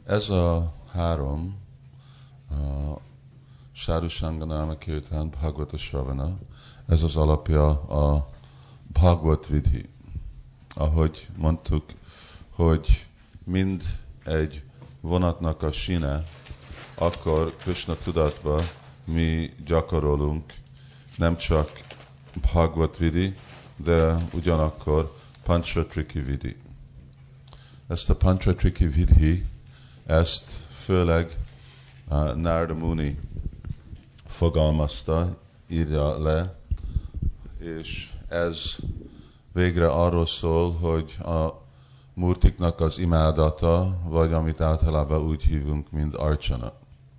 Ez a három, a Sadhu Sanga Nama Kirtan, Bhagavata Shravana, ez az alapja a Bhagavad Vidhi. Ahogy mondtuk, hogy mind egy vonatnak a sine, akkor Krishna tudatba mi gyakorolunk nem csak Bhagavad Vidhi, de ugyanakkor Panchatriki Vidhi. Ezt a Panchatriki Vidhi, ezt főleg Narada Muni fogalmazta, írja le, és ez végre arról szól, hogy a murtiknak az imádata, vagy amit általában úgy hívunk, mint archana.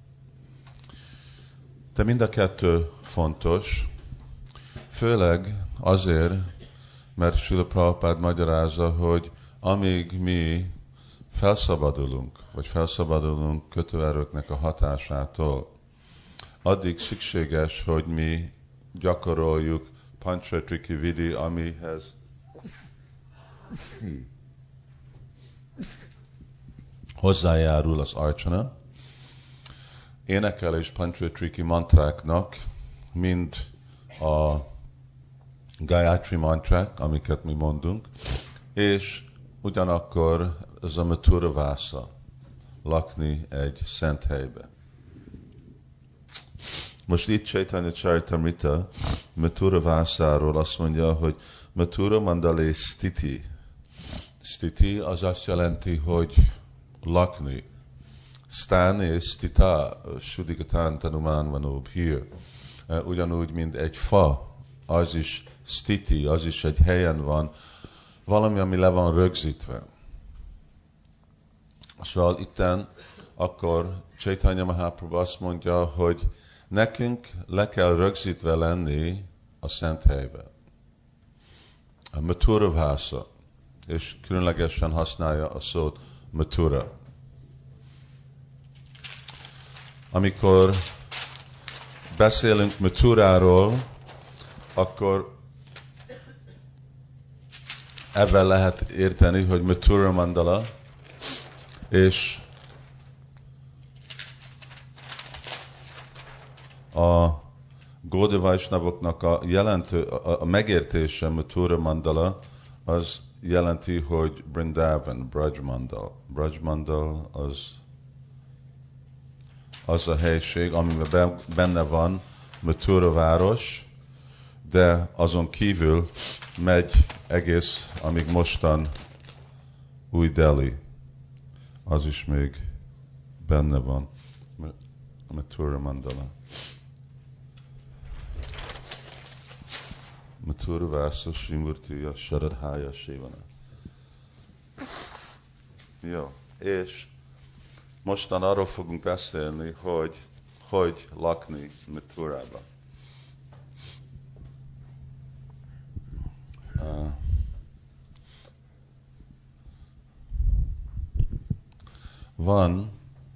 De mind a kettő fontos, főleg azért, mert Srila Prabhupád magyarázza, hogy amíg mi felszabadulunk, vagy felszabadulunk kötőerőknek a hatásától, addig szükséges, hogy mi gyakoroljuk Panchatriki Vidhi, amihez hozzájárul az archana, énekelés Panchatriki mantráknak, mind a Gayatri mantrák, amiket mi mondunk, és ugyanakkor ez a Mathura Vasa, lakni egy szent helybe. Most itt Chaitanya Charitamrita Mathura Vasáról azt mondja, hogy Mathura Mandale Stiti. Stiti az azt jelenti, hogy lakni. Stán és stita, Shuddhikatán Tanumán Vanóbb here. Ugyanúgy, mint egy fa, az is stiti, az is egy helyen van, valami, ami le van rögzítve. Szóval itten akkor Chaitanya Mahaprabhu azt mondja, hogy nekünk le kell rögzítve lenni a szent helybe. A Mathura Vasa, és különlegesen használja a szót Mathura. Amikor beszélünk Mathuráról, akkor ebben lehet érteni, hogy Mathura Mandala, és a Gaudiya Vaisnavoknak a megértése Mathura Mandala, az jelenti, hogy Vrindavan, Braj Mandal. Braj Mandal az a helység, amiben benne van Mathura város, de azon kívül megy egész, amíg mostan Új Delhi. Az is még benne van. Mathura Mandala. Mathura Vasa Srimurtiya Sharadhaya Shivana. Jó, és mostan arról fogunk beszélni, hogy lakni Mathurába. Van,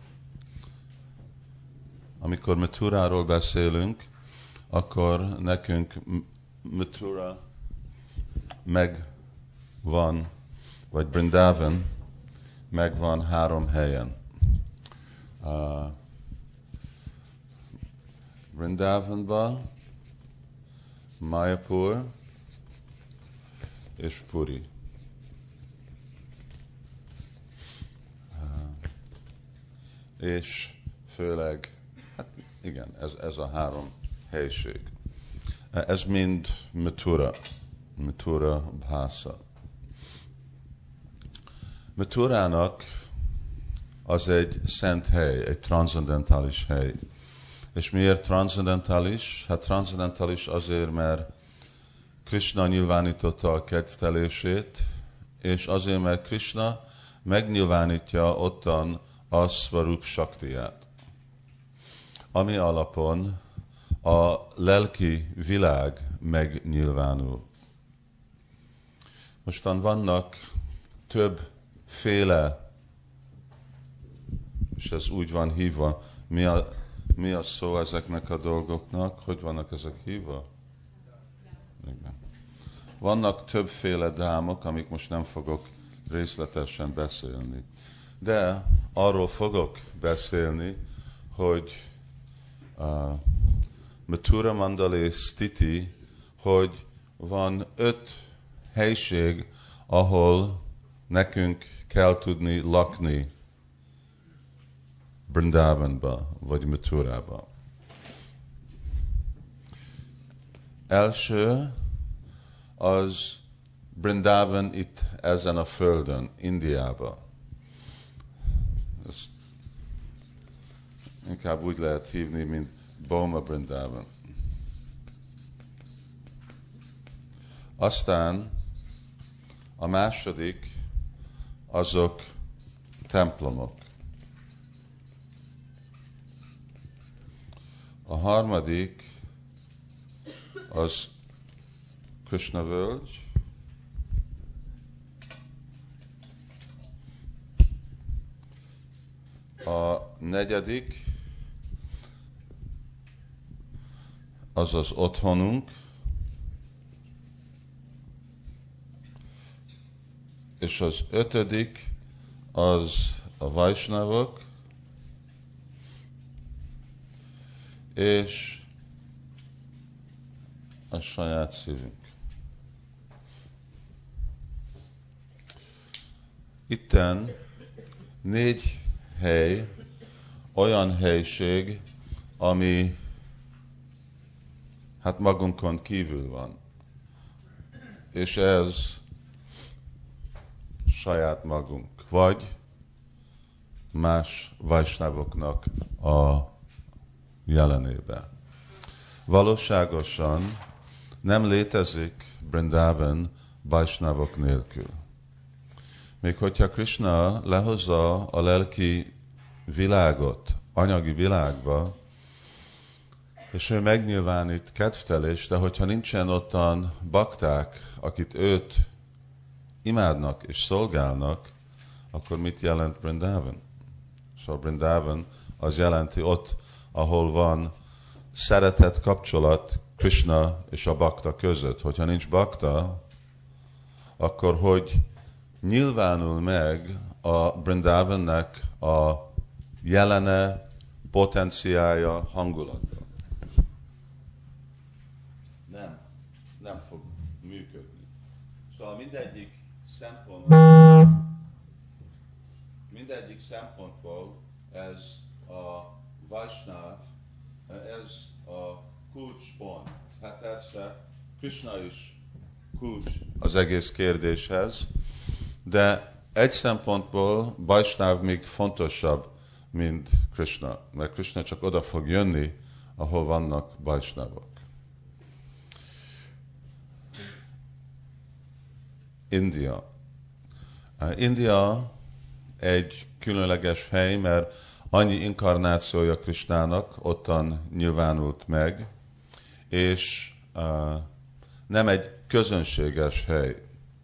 amikor Mathuráról beszélünk, akkor nekünk Mathura megvan, vagy Vrindavan megvan 3 helyen. Vrindavanban, Mayapur és Puri. És főleg, hát igen, ez a 3 helység. Ez mind Mathura Bhasa. Mathurának az egy szent hely, egy transzendentális hely. És miért transzendentális? Hát transzendentális azért, mert Krishna nyilvánította a kedvtelését, és azért, mert Krishna megnyilvánítja ottan a Svarup Shaktiát, ami alapon a lelki világ megnyilvánul. Mostan vannak többféle, és ez úgy van hívva, mi a szó ezeknek a dolgoknak? Hogy vannak ezek hívva? Igen. Vannak többféle dámok, amik most nem fogok részletesen beszélni. De arról fogok beszélni, hogy Mathura Mandale Sthiti, hogy van 5 helység, ahol nekünk kell tudni lakni Brindavanba, vagy Mathurába. Első az Brindavan itt ezen a földön, Indiában. Ezt inkább úgy lehet hívni, mint Boma Brindavan. Aztán a második azok templomok. A harmadik az Krishna völgy. A negyedik az az otthonunk, és az 5. az a Vaisnavok, és a saját szívünk. Itten 4 hely, olyan helység, ami hát magunkon kívül van. És ez saját magunk, vagy más vajsnavoknak a jelenébe. Valóságosan nem létezik Brindavan vajsnavok nélkül. Még hogyha Krishna lehozza a lelki világot, anyagi világba, és ő megnyilvánít kedvtelést, de hogyha nincsen ottan bakták, akit őt imádnak és szolgálnak, akkor mit jelent Brindavan? Szóval Brindavan az jelenti ott, ahol van szeretet kapcsolat Krishna és a bakta között. Hogyha nincs bakta, akkor hogy nyilvánul meg a Brindavannek a jelene, potenciája, hangulata? Nem fog működni. Szóval mindegyik szempontból ez a Vaisnav, ez a kulcspont. Hát persze Krishna is kulcs az egész kérdéshez, de egy szempontból Vaisnav még fontosabb, mint Krishna, mert Krishna csak oda fog jönni, ahol vannak Vaisnavok. India. India egy különleges hely, mert annyi inkarnációja Krishnának ottan nyilvánult meg, és nem egy közönséges hely.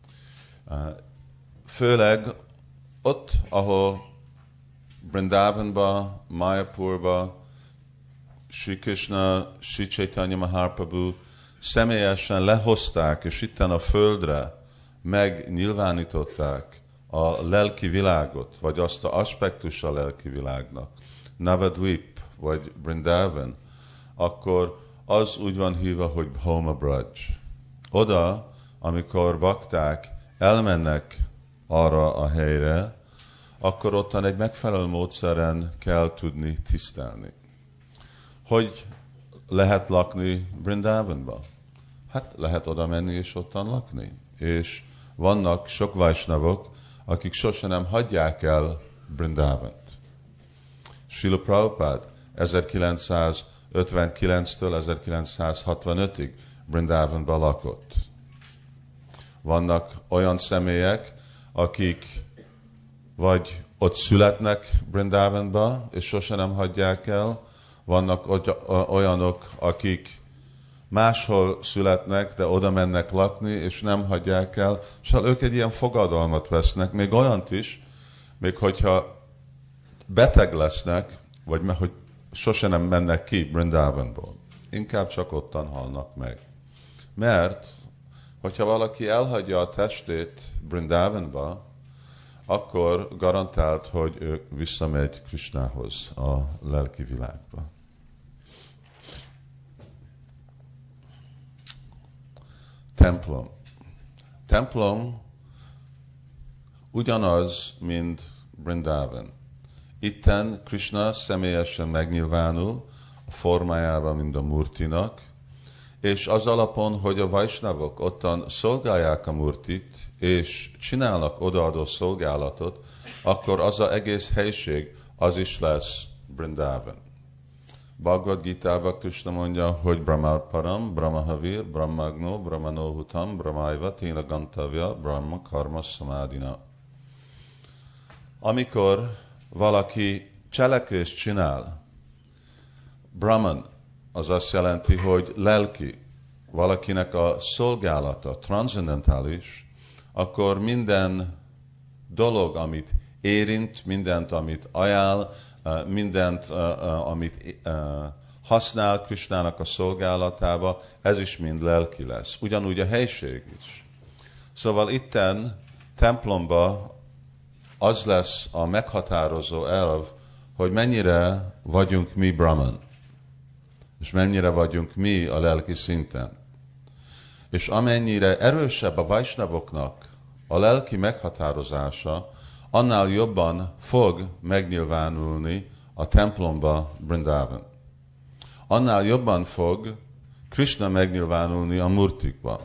Főleg ott, ahol Brindavanba, Mayapurba, Sri Krishna, Sri Chaitanya Mahaprabhu személyesen lehozták, és itten a földre megnyilvánították a lelki világot, vagy azt az aspektus a lelki világnak, Navadvip, vagy Brindavan, akkor az úgy van hívva, hogy Bhoma Braj. Oda, amikor bakták elmennek arra a helyre, akkor ottan egy megfelelő módszeren kell tudni tisztelni. Hogy lehet lakni Brindavanba? Hát lehet oda menni és ottan lakni. És vannak sok vajsnavok, akik sose nem hagyják el Brindavant. Srila Prabhupada 1959-től 1965-ig Brindavanba lakott. Vannak olyan személyek, akik vagy ott születnek Brindavanba, és sose nem hagyják el. Vannak olyanok, akik máshol születnek, de oda mennek lakni, és nem hagyják el. Szóval ők egy ilyen fogadalmat vesznek, még olyant is, még hogyha beteg lesznek, vagy hogy sose nem mennek ki Brindavanból. Inkább csak ottan halnak meg. Mert, hogyha valaki elhagyja a testét Brindavanba, akkor garantált, hogy ő visszamegy Krishnához, a lelki világba. Templom. Templom ugyanaz, mint Vrindavan. Itten Krishna személyesen megnyilvánul a formájában, mint a Murtinak, és az alapon, hogy a Vaisnavok ottan szolgálják a Murtit, és csinálnak odaadó szolgálatot, akkor az az egész helység, az is lesz Vrindavan. Bhagavad Gita-ban Krishna mondja, hogy Brahmaparam, Brahmahavir, Brahmagno, Brahmanohutam, Brahmaiva, Tina Gantavya, Brahma Karma Samadina. Amikor valaki cselekvést csinál, Brahman, az azt jelenti, hogy lelki, valakinek a szolgálata transzendentális, akkor minden dolog, amit érint, mindent, amit ajánl, mindent, amit használ Krishnának a szolgálatába, ez is mind lelki lesz. Ugyanúgy a helység is. Szóval itten templomba az lesz a meghatározó elv, hogy mennyire vagyunk mi Brahman, és mennyire vagyunk mi a lelki szinten. És amennyire erősebb a Vaisnavoknak a lelki meghatározása, annál jobban fog megnyilvánulni a templomba Vrindavan. Annál jobban fog Krishna megnyilvánulni a murtikba.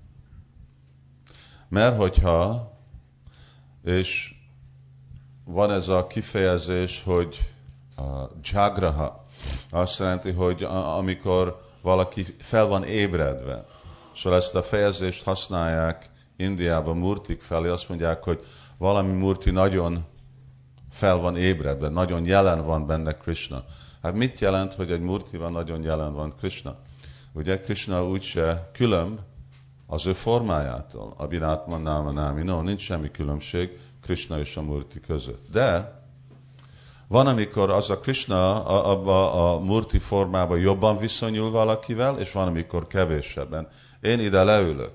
Mert hogyha, és van ez a kifejezés, hogy jagraha, azt jelenti, hogy amikor valaki fel van ébredve. Szóval ezt a fejezést használják Indiában murtik felé, azt mondják, hogy valami murti nagyon fel van ébredve, nagyon jelen van benne Krishna. Hát mit jelent, hogy egy murtiban nagyon jelen van Krishna? Ugye Krishna úgyse különb az ő formájától. Abhinatma náma námi. No, nincs semmi különbség Krishna és a murti között. De van, amikor az a Krishna abba a murti formában jobban viszonyul valakivel, és van, amikor kevésebben. Én ide leülök.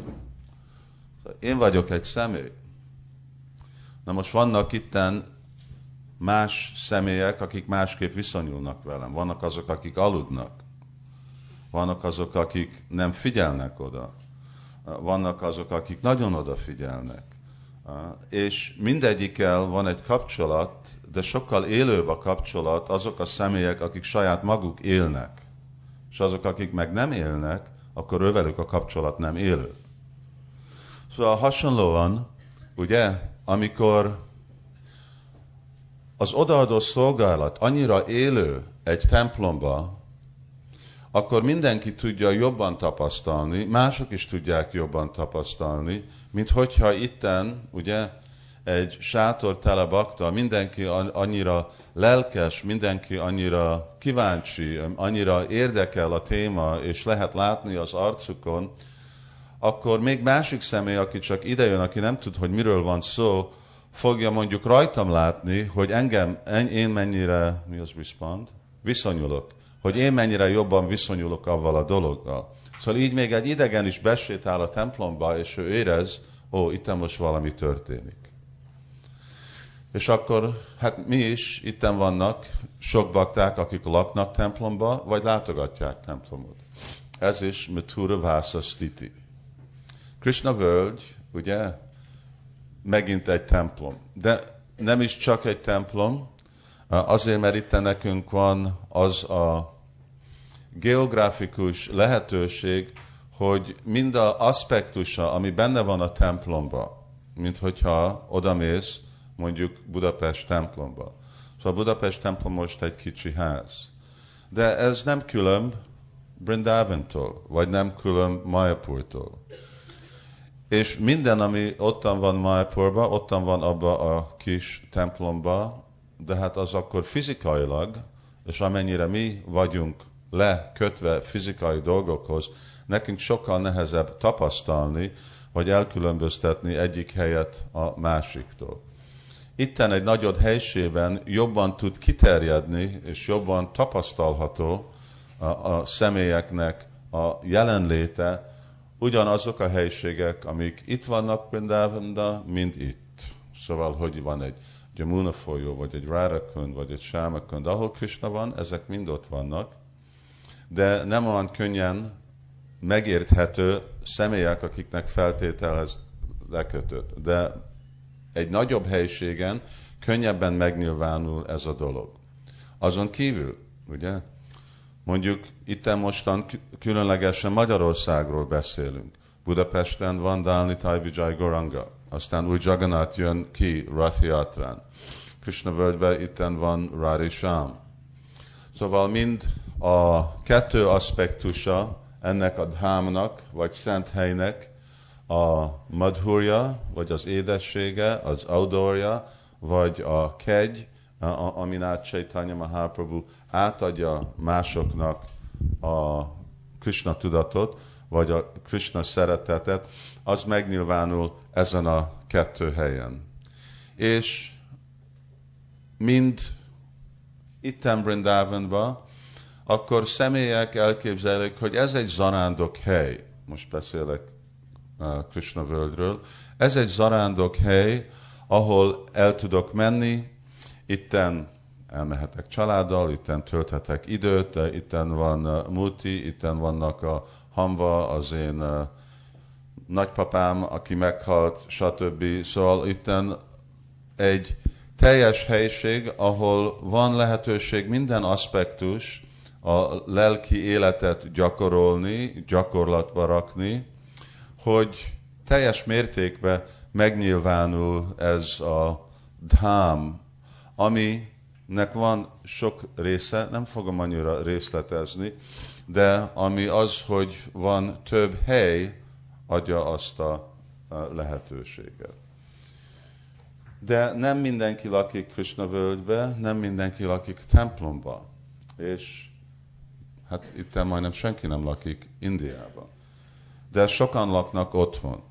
Én vagyok egy személy. Na most vannak itten más személyek, akik másképp viszonyulnak velem. Vannak azok, akik aludnak. Vannak azok, akik nem figyelnek oda. Vannak azok, akik nagyon odafigyelnek. És mindegyikkel van egy kapcsolat, de sokkal élőbb a kapcsolat azok a személyek, akik saját maguk élnek. És azok, akik meg nem élnek, akkor ővelük a kapcsolat nem élő. Szóval hasonlóan, ugye, amikor az odaadó szolgálat annyira élő egy templomba, akkor mindenki tudja jobban tapasztalni, mások is tudják jobban tapasztalni, mint hogyha itten, ugye, egy sátor tele bakta, mindenki annyira lelkes, mindenki annyira kíváncsi, annyira érdekel a téma, és lehet látni az arcukon, akkor még másik személy, aki csak idejön, aki nem tud, hogy miről van szó, fogja mondjuk rajtam látni, hogy én mennyire, viszonyulok. Hogy én mennyire jobban viszonyulok avval a dologgal. Szóval így még egy idegen is besétál a templomba, és ő érez, itten most valami történik. És akkor, hát mi is itten vannak sok bakták, akik laknak templomba, vagy látogatják templomot. Ez is Mathura Vasa Stiti. Krishna völgy, ugye, megint egy templom. De nem is csak egy templom, azért, mert itt nekünk van az a geográfikus lehetőség, hogy mind az aspektusa, ami benne van a templomba, mint hogyha odamész mondjuk Budapest templomba. Szóval Budapest templom most egy kicsi ház. De ez nem különb Vrindavantól, vagy nem különb Mayapurtól. És minden, ami ottan van Mayapurban, ottan van abba a kis templomba, de hát az akkor fizikailag, és amennyire mi vagyunk lekötve fizikai dolgokhoz, nekünk sokkal nehezebb tapasztalni, vagy elkülönböztetni egyik helyet a másiktól. Itten egy nagyobb helysében jobban tud kiterjedni, és jobban tapasztalható a személyeknek a jelenléte, ugyanazok a helységek, amik itt vannak Vrindavanban, mint itt. Szóval, hogy van egy Jamuna folyó, vagy egy Radha-kund, vagy egy Sáma-kund, ahol Krishna van, ezek mind ott vannak, de nem olyan könnyen megérthető személyek, akiknek feltételhez lekötött. De egy nagyobb helyiségen könnyebben megnyilvánul ez a dolog. Azon kívül, ugye, mondjuk itten mostan különlegesen Magyarországról beszélünk. Budapesten van Dálnitáj Vijay Goranga, aztán új Jagannath jön ki Rath Yatrán. Krishna völgyben itten van Radha Shyam. Szóval mind a kettő aspektusa ennek a dhámnak, vagy szent helynek, a madhurja, vagy az édessége, az audorja, vagy a kegy, amin át Chaitanya Mahaprabhu átadja másoknak a Krishna tudatot, vagy a Krishna szeretetet, az megnyilvánul ezen a kettő helyen. És mind itten Vrindavanban, akkor személyek elképzelik, hogy ez egy zarándok hely. Most beszélek Krishna völgyről. Ez egy zarándok hely, ahol el tudok menni, itten elmehetek családdal, itten tölthetek időt, itten van Murti, itten vannak a Hamva, az én nagypapám, aki meghalt, stb. Szóval itten egy teljes helység, ahol van lehetőség minden aspektus, a lelki életet gyakorolni, gyakorlatba rakni, hogy teljes mértékben megnyilvánul ez a dhám, aminek van sok része, nem fogom annyira részletezni, de ami az, hogy van több hely, adja azt a lehetőséget. De nem mindenki lakik Krishna völgybe, nem mindenki lakik templomba, és hát itt majdnem senki nem lakik Indiában. De sokan laknak otthon.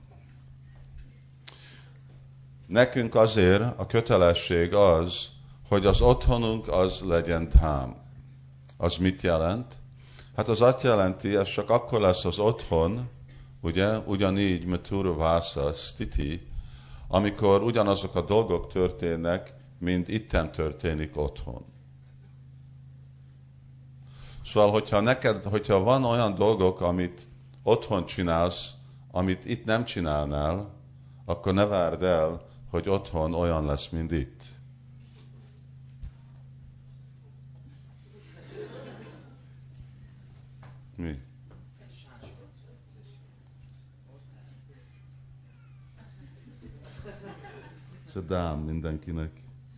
Nekünk azért a kötelesség az, hogy az otthonunk az legyen dhám. Az mit jelent? Hát az azt jelenti, ez csak akkor lesz az otthon, ugye, ugyanígy Mathura Vasa Sthiti, amikor ugyanazok a dolgok történnek, mint itten történik otthon. Szóval, hogyha van olyan dolgok, amit otthon csinálsz, amit itt nem csinálnál, akkor ne várd el, hogy otthon olyan lesz, mint itt. Mi? Dám mindenkinek.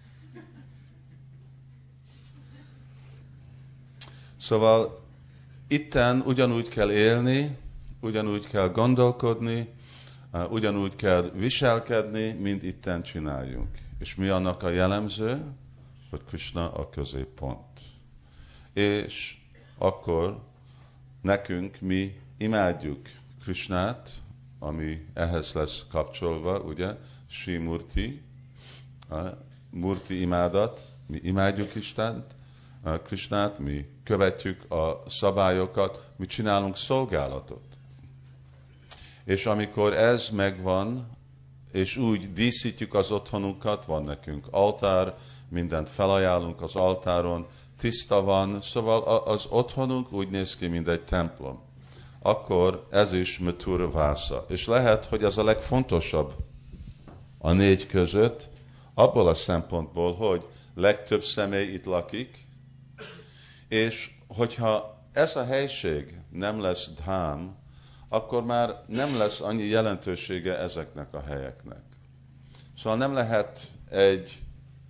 Szóval itten ugyanúgy kell élni, ugyanúgy kell gondolkodni, ugyanúgy kell viselkedni, mint itten csináljunk. És mi annak a jellemző? Hogy Krishna a középpont. És akkor nekünk mi imádjuk Krishnát, ami ehhez lesz kapcsolva, ugye? Sri Murti, Murti imádat, mi imádjuk Istent, Krishnát, mi követjük a szabályokat, mi csinálunk szolgálatot. És amikor ez megvan, és úgy díszítjük az otthonunkat, van nekünk altár, mindent felajánlunk az altáron, tiszta van, szóval az otthonunk úgy néz ki, mint egy templom. Akkor ez is Mathura Vasa. És lehet, hogy ez a legfontosabb a négy között, abból a szempontból, hogy legtöbb személy itt lakik, és hogyha ez a helység nem lesz dhám, akkor már nem lesz annyi jelentősége ezeknek a helyeknek. Szóval nem lehet egy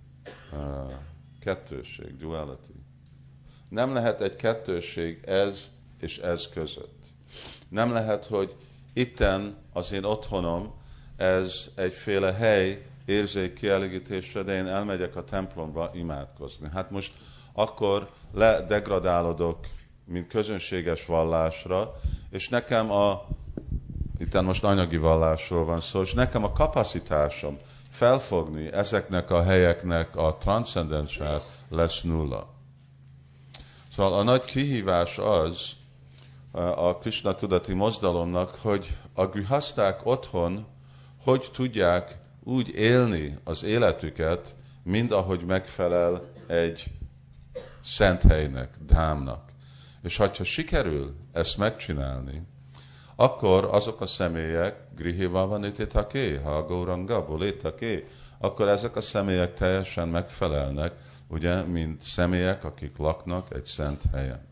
kettőség, duality. Nem lehet egy kettőség ez és ez között. Nem lehet, hogy itten az én otthonom, ez egyféle hely, érzék kielégítésre, de én elmegyek a templomba imádkozni. Hát most akkor ledegradálodok, mint közönséges vallásra, és nekem itten most anyagi vallásról van szó, és nekem a kapacitásom felfogni ezeknek a helyeknek a transzcendensát lesz nulla. Szóval a nagy kihívás az a Krishna tudati mozdalomnak, hogy a grihaszták otthon hogy tudják úgy élni az életüket, mind ahogy megfelel egy szent helynek, dhámnak. És ha sikerül ezt megcsinálni, akkor azok a személyek, grihéva nititaké, ha gauranga bolétaké, akkor ezek a személyek teljesen megfelelnek, ugye, mint személyek, akik laknak egy szent helyen.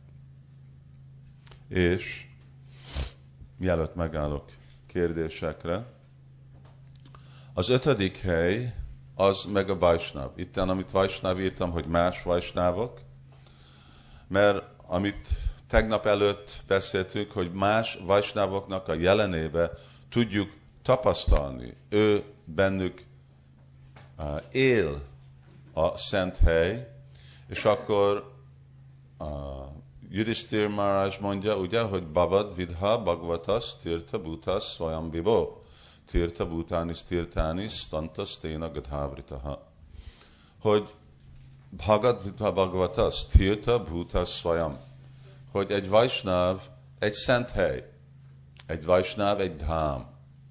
És mielőtt megállok kérdésekre, az 5. hely az meg a Vajsnáv. Itten, amit Vajsnáv írtam, hogy más Vajsnávok, mert amit tegnap előtt beszéltünk, hogy más Vajsnávoknak a jelenébe tudjuk tapasztalni. Ő bennük él a szent hely, és akkor Yudhishthira Maharaj mondja, ugye, hogy Bhavad Vidha Bhagavatas Tirtha Bhutas Swayam Vivo Tirtha Bhutanis Tirthanis Tantas Tena Gadhavritaha. Hogy Bhagavad Vidha Bhagavatas Tirtha Bhutas Swayam, hogy egy Vajsnáv egy szent hely, egy Vajsnáv egy dhám.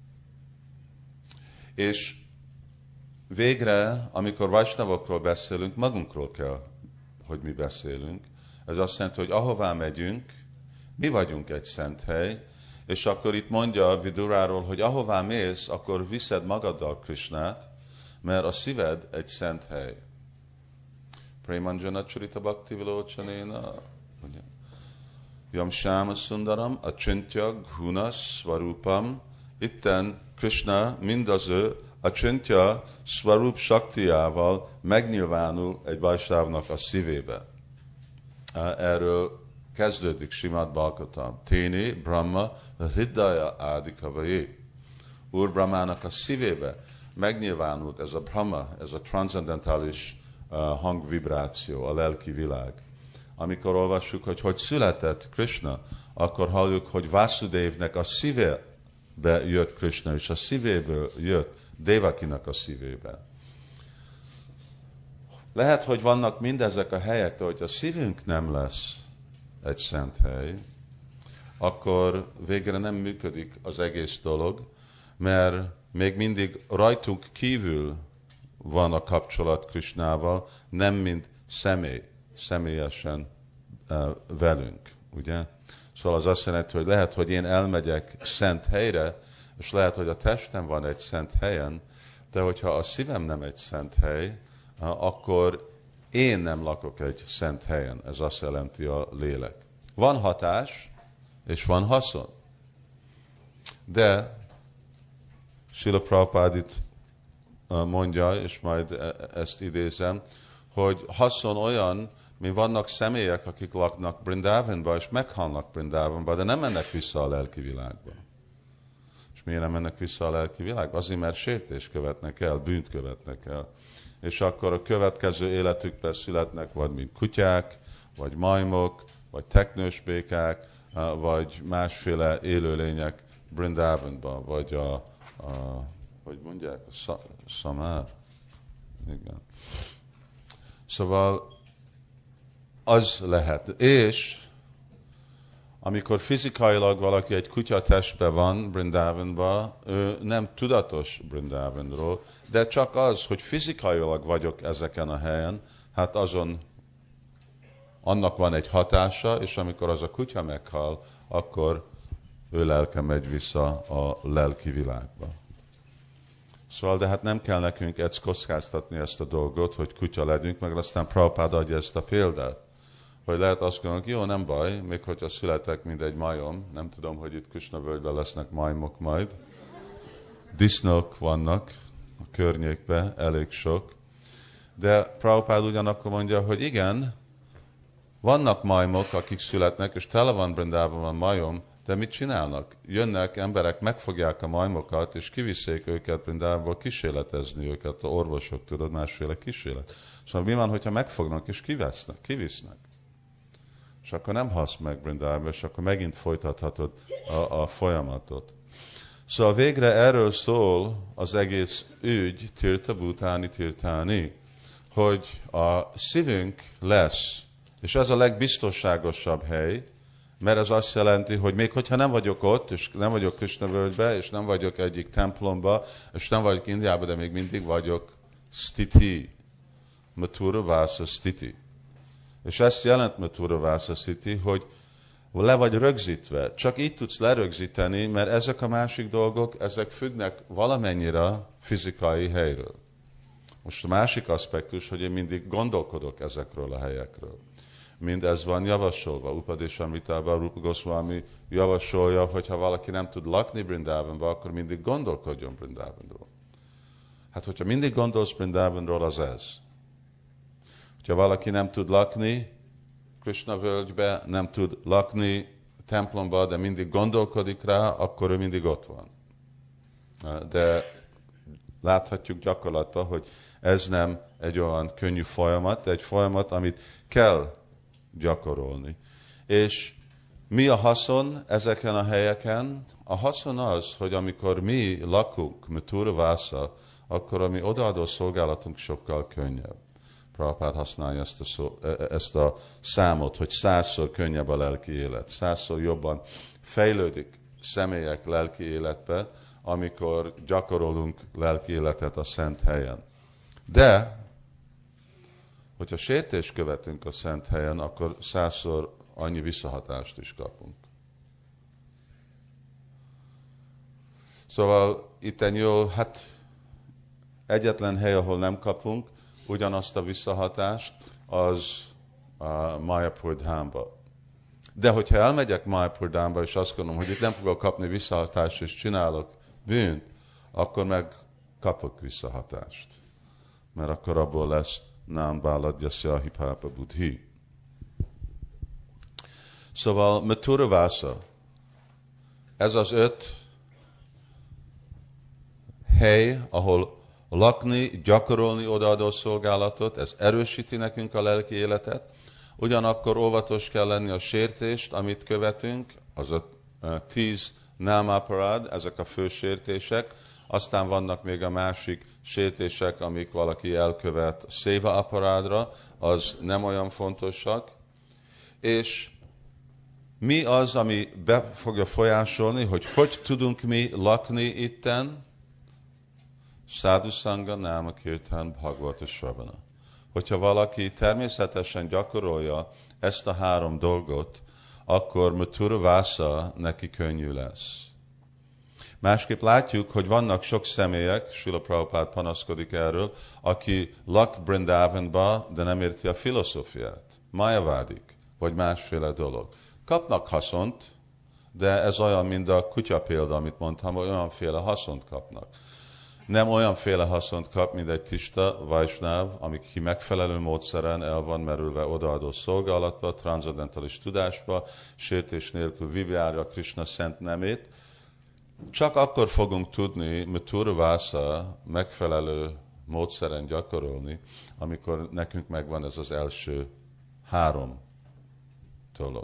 És végre, amikor Vajsnavokról beszélünk, magunkról kell, hogy mi beszélünk. Ez azt jelenti, hogy ahová megyünk, mi vagyunk egy szent hely, és akkor itt mondja Viduráról, hogy ahová mész, akkor viszed magaddal Krishnát, mert a szíved egy szent hely. Premanjana Charita Bhakti Vilocsanéna, Yam Shama Sundaram, Achintya Guna Svarupam, itten Krishna mindaz ő Achintya Svarup Shaktiával megnyilvánul egy Vajsnávnak a szívébe. Erről kezdődik Simad Bhagavatam. Téni Brahma Hridaya Adikavayi. Úr Brahmának a szívébe megnyilvánult ez a Brahma, ez a transzendentális hangvibráció, a lelki világ. Amikor olvassuk, hogy született Krishna, akkor halljuk, hogy Vasudevnek a szívébe jött Krishna, és a szívéből jött Devakinak a szívébe. Lehet, hogy vannak mindezek a helyek, de hogy a szívünk nem lesz egy szent hely, akkor végre nem működik az egész dolog, mert még mindig rajtunk kívül van a kapcsolat Krishnával, nem mint személyesen velünk, ugye? Szóval az azt jelenti, hogy lehet, hogy én elmegyek szent helyre, és lehet, hogy a testem van egy szent helyen, de hogyha a szívem nem egy szent hely, akkor én nem lakok egy szent helyen. Ez azt jelenti a lélek. Van hatás, és van haszon. De Srila Prabhupád itt mondja, és majd ezt idézem, hogy haszon olyan, mint vannak személyek, akik laknak Brindavanban, és meghalnak Brindavanban, de nem mennek vissza a lelki világba. És miért nem mennek vissza a lelki világba? Azért, mert sértést követnek el, bűnt követnek el. És akkor a következő életükben születnek vagy mint kutyák, vagy majmok, vagy teknősbékák, vagy másféle élőlények Brindavanban, vagy hogy mondják, szamár. Igen. Szóval az lehet. És amikor fizikailag valaki egy kutyatestben van Brindavanban, ő nem tudatos Brindavanról, de csak az, hogy fizikailag vagyok ezeken a helyen, hát annak van egy hatása, és amikor az a kutya meghal, akkor ő lelke megy vissza a lelki világba. Szóval, de hát nem kell nekünk kockáztatni ezt a dolgot, hogy kutya legyünk, meg aztán Prabhupád adja ezt a példát. Hogy lehet azt gondolni, jó, nem baj, még hogyha születek, mint egy majom, nem tudom, hogy itt Krishna völgyben lesznek majmok majd. Disznók vannak a környékben, elég sok. De Prabhupád ugyanakkor mondja, hogy igen, vannak majmok, akik születnek, és tele van Brindában majom, de mit csinálnak? Jönnek emberek, megfogják a majmokat, és kivisszék őket Brindából kísérletezni őket, orvosok, tudod, másféle kísérlet. Szóval mi van, hogyha megfognak és kivisznek? És akkor nem halsz meg Brindába, és akkor megint folytathatod a folyamatot. Szóval végre erről szól az egész ügy, tirta bhutáni tirtáni, hogy a szívünk lesz, és ez a legbiztonságosabb hely, Mert ez azt jelenti, hogy még hogyha nem vagyok ott, és nem vagyok Krishna völgybe, és nem vagyok egyik templomba, és nem vagyok Indiában, de még mindig vagyok Stiti. Mathura Vasa Stiti. És ezt jelent Mathura Vasa Stiti, hogy le vagy rögzítve. Csak így tudsz lerögzíteni, mert ezek a másik dolgok, ezek függnek valamennyire fizikai helyről. Most a másik aspektus, hogy én mindig gondolkodok ezekről a helyekről. Mindez van javasolva. Upadeshamritában Rupa Goswami javasolja, hogy ha valaki nem tud lakni Brindavanba, akkor mindig gondolkodjon Brindavanról. Hát, hogyha mindig gondolsz Brindavanról, az ez. Ha valaki nem tud lakni Krishna völgybe, nem tud lakni templomba, de mindig gondolkodik rá, akkor ő mindig ott van. De láthatjuk gyakorlatban, hogy ez nem egy olyan könnyű folyamat, de egy folyamat, amit kell gyakorolni. És mi a haszon ezeken a helyeken? A haszon az, hogy amikor mi lakunk Mathura Vasa, akkor a mi odaadó szolgálatunk sokkal könnyebb. Prabhupád használja ezt a számot, hogy 100-szor könnyebb a lelki élet, 100-szor jobban fejlődik személyek lelki életbe, amikor gyakorolunk lelki életet a szent helyen. De, hogyha sértést követünk a szent helyen, akkor 100-szor annyi visszahatást is kapunk. Szóval itten jó, hát egyetlen hely, ahol nem kapunk ugyanazt a visszahatást, az Mayapur Dhámba. De hogyha elmegyek Mayapur Dhámba, és azt gondolom, hogy itt nem fogok kapni visszahatást, és csinálok bűnt, akkor meg kapok visszahatást. Mert akkor abból lesz Nám Báladjasya Hipápa Buddhi. Szóval Mathura Vasa, ez az 5 hely, ahol lakni, gyakorolni odaadó szolgálatot, ez erősíti nekünk a lelki életet, ugyanakkor óvatos kell lenni a sértést, amit követünk, az a 10 námaparád, ezek a fő sértések, aztán vannak még a másik sértések, amik valaki elkövet széva aparádra, az nem olyan fontosak, és mi az, ami be fogja folyásolni, hogy tudunk mi lakni itten? Sadhu Sangha, Náma Kirtan, Bhagavata Sravana. Hogyha valaki természetesen gyakorolja ezt a 3 dolgot, akkor Mathura Vasa neki könnyű lesz. Másképp látjuk, hogy vannak sok személyek, Srila Prabhupád panaszkodik erről, aki lak Brindavanba, de nem érti a filozófiát. Majavádik, vagy másféle dolog. Kapnak haszont, de ez olyan, mint a kutya példa, amit mondtam, hogy olyanféle haszont kapnak. Nem olyanféle haszont kap, mint egy tiszta Vajsnáv, amik megfelelő módszeren el van merülve odaadó szolgálatba, transzendentális tudásba, sértés nélkül vivjárja Krishna szent nemét. Csak akkor fogunk tudni Mathura Vasa megfelelő módszeren gyakorolni, amikor nekünk megvan ez az első 3 dolog.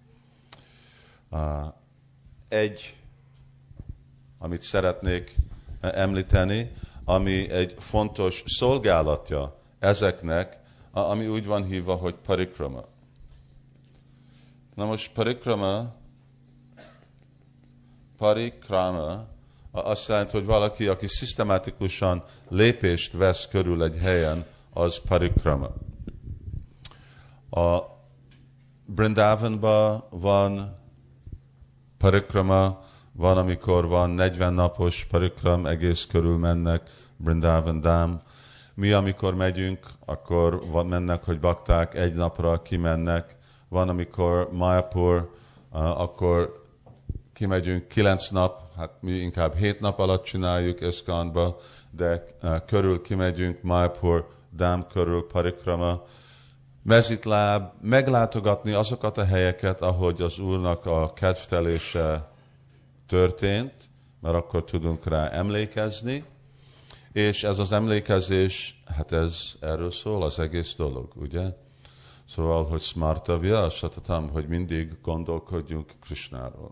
Egy, amit szeretnék említeni, ami egy fontos szolgálatja ezeknek, ami úgy van hívva, hogy parikrama. Na most parikrama azt jelenti, hogy valaki, aki szisztematikusan lépést vesz körül egy helyen, az parikrama. A Brindavanban van parikrama, van, amikor van 40 napos parikram, egész körül mennek Brindavan Dham. Mi, amikor megyünk, akkor mennek, hogy bakták, 1 napra kimennek. Van, amikor Mayapur, akkor kimegyünk 9 nap, hát mi inkább 7 nap alatt csináljuk ISKCON-ba, de körül kimegyünk Mayapur Dham körül parikrama. Mezitláb, meglátogatni azokat a helyeket, ahogy az Úrnak a kedvtelése történt, mert akkor tudunk rá emlékezni, és ez az emlékezés, hát ez erről szól az egész dolog, ugye? Szóval, hogy smartavya, satatam, hogy mindig gondolkodjunk Krishnáról.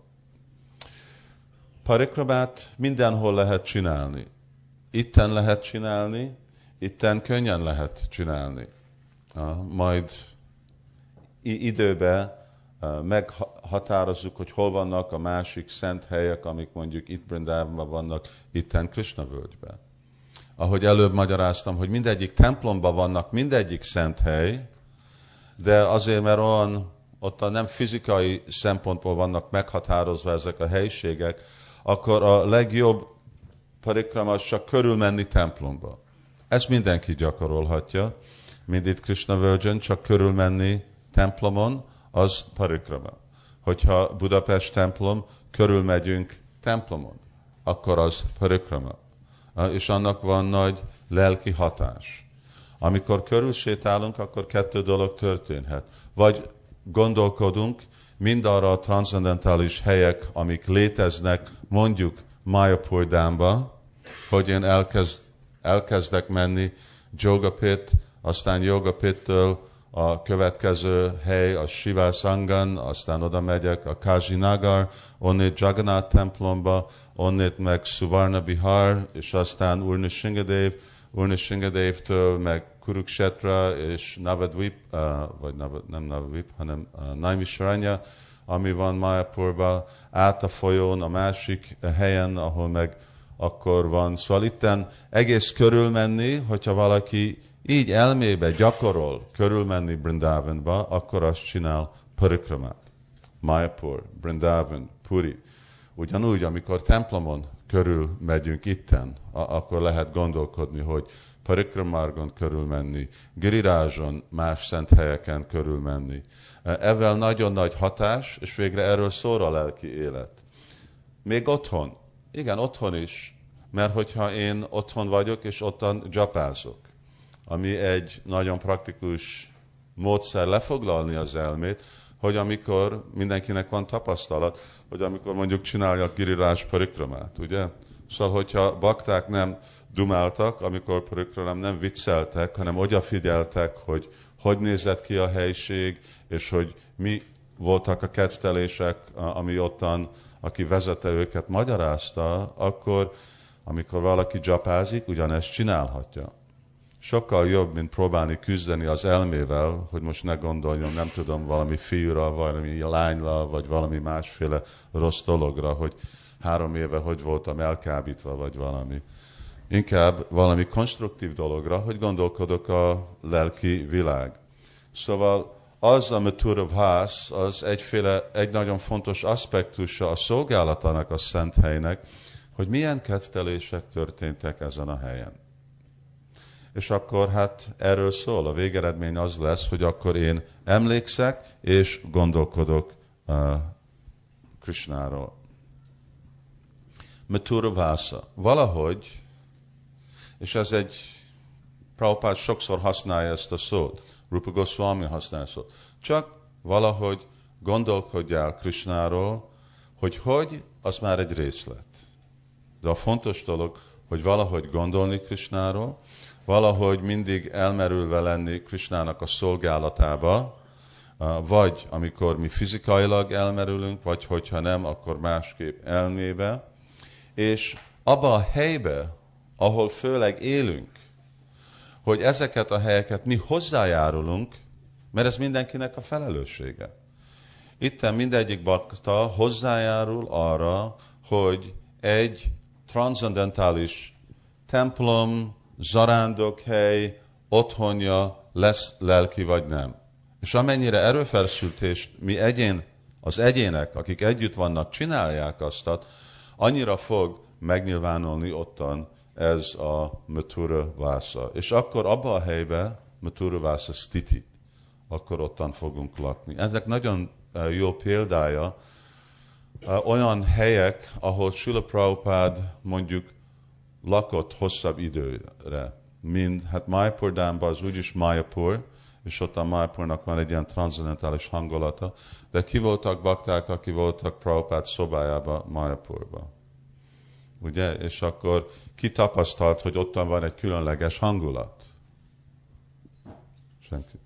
Parikramát mindenhol lehet csinálni. Itten lehet csinálni, itten könnyen lehet csinálni. Majd időben meghatározzuk, hogy hol vannak a másik szent helyek, amik mondjuk itt Brindavanban vannak, itten Krishna völgyben. Ahogy előbb magyaráztam, hogy mindegyik templomban vannak mindegyik szent hely, de azért, mert ott nem fizikai szempontból vannak meghatározva ezek a helyiségek, akkor a legjobb parikrama csak körülmenni templomba. Ezt mindenki gyakorolhatja, mint itt Krishna völgyön, csak körülmenni templomon, az parikrama. Hogyha Budapest templom, körülmegyünk templomon, akkor az parikrama. És annak van nagy lelki hatás. Amikor körülsétálunk, akkor kettő dolog történhet. Vagy gondolkodunk mindarra a transzendentális helyek, amik léteznek, mondjuk Mayapur Dhámba, hogy én elkezdek menni Jogapit, aztán Jogapittől a következő hely a Sivasangan, aztán oda megyek a Kajinagar, onnét Jagannath templomba, onnét meg Suvarna Bihar, és aztán Urnishingadevtől meg Kurukshetra és Navadvip, vagy nem Navadvip, hanem Naimisharanya, ami van Mayapurban, át a folyón, a másik helyen, ahol meg akkor van. Szóval itten egész körülmenni, hogyha valaki így elmébe gyakorol körülmenni Brindavanba, akkor azt csinál parikramát. Mayapur, Brindavan, Puri. Ugyanúgy, amikor templomon körül megyünk itten, akkor lehet gondolkodni, hogy Parikramargon körülmenni, Girirázson, más szent helyeken körülmenni. Ezzel nagyon nagy hatás, és végre erről szól a lelki élet. Még otthon. Igen, otthon is, mert hogyha én otthon vagyok, és ottan dzsapázok, ami egy nagyon praktikus módszer lefoglalni az elmét, hogy amikor mindenkinek van tapasztalat, hogy amikor mondjuk csináljak Girirás parikramát, ugye? Szóval, hogyha bakták nem dumáltak, amikor parikramát nem vicceltek, hanem odafigyeltek, hogy nézett ki a helység, és hogy mi voltak a kedvtelések, ami ottan, aki vezette őket, magyarázta, akkor, amikor valaki dzsapázik, ugyanezt csinálhatja. Sokkal jobb, mint próbálni küzdeni az elmével, hogy most ne gondoljon, nem tudom, valami fiúra, valami lányra, vagy valami másféle rossz dologra, hogy 3 éve hogy voltam elkábítva, vagy valami. Inkább valami konstruktív dologra, hogy gondolkodok a lelki világ. Szóval az a Mathura Bhas, az egy nagyon fontos aspektusa a szolgálatának a szent helynek, hogy milyen kedvtelések történtek ezen a helyen. És akkor hát erről szól, a végeredmény az lesz, hogy akkor én emlékszek és gondolkodok Krishnáról. Mathura Vasa. Valahogy, és ez Prabhupád sokszor használja ezt a szót, Rupa Goswami használja a szót, csak valahogy gondolkodjál Krishnáról, hogy az már egy részlet. De a fontos dolog, hogy valahogy gondolni Krishnáról, valahogy mindig elmerülve lenni Krishnának a szolgálatába, vagy amikor mi fizikailag elmerülünk, vagy hogyha nem, akkor másképp elmébe, és abba a helybe, ahol főleg élünk, hogy ezeket a helyeket mi hozzájárulunk, mert ez mindenkinek a felelőssége. Itten mindegyik bakta hozzájárul arra, hogy egy transzendentális templom, zarándokhely, otthonja lesz lelki vagy nem. És amennyire erőfeszítést mi az egyének, akik együtt vannak, csinálják azt, annyira fog megnyilvánulni ottan ez a Mathura Vasa. És akkor abba a helybe Mathura Vasa Stiti, akkor ottan fogunk lakni. Ezek nagyon jó példája olyan helyek, ahol Srila Prabhupád mondjuk lakott hosszabb időre, mint hát Mayapur Dhámban az úgyis Mayapur, és ott a Mayapurnak van egy ilyen transzendentális hangulata, de ki voltak bakták, aki voltak Prabhupád szobájába Mayapurba. Ugye? És akkor ki tapasztalt, hogy ottan van egy különleges hangulat? Senki.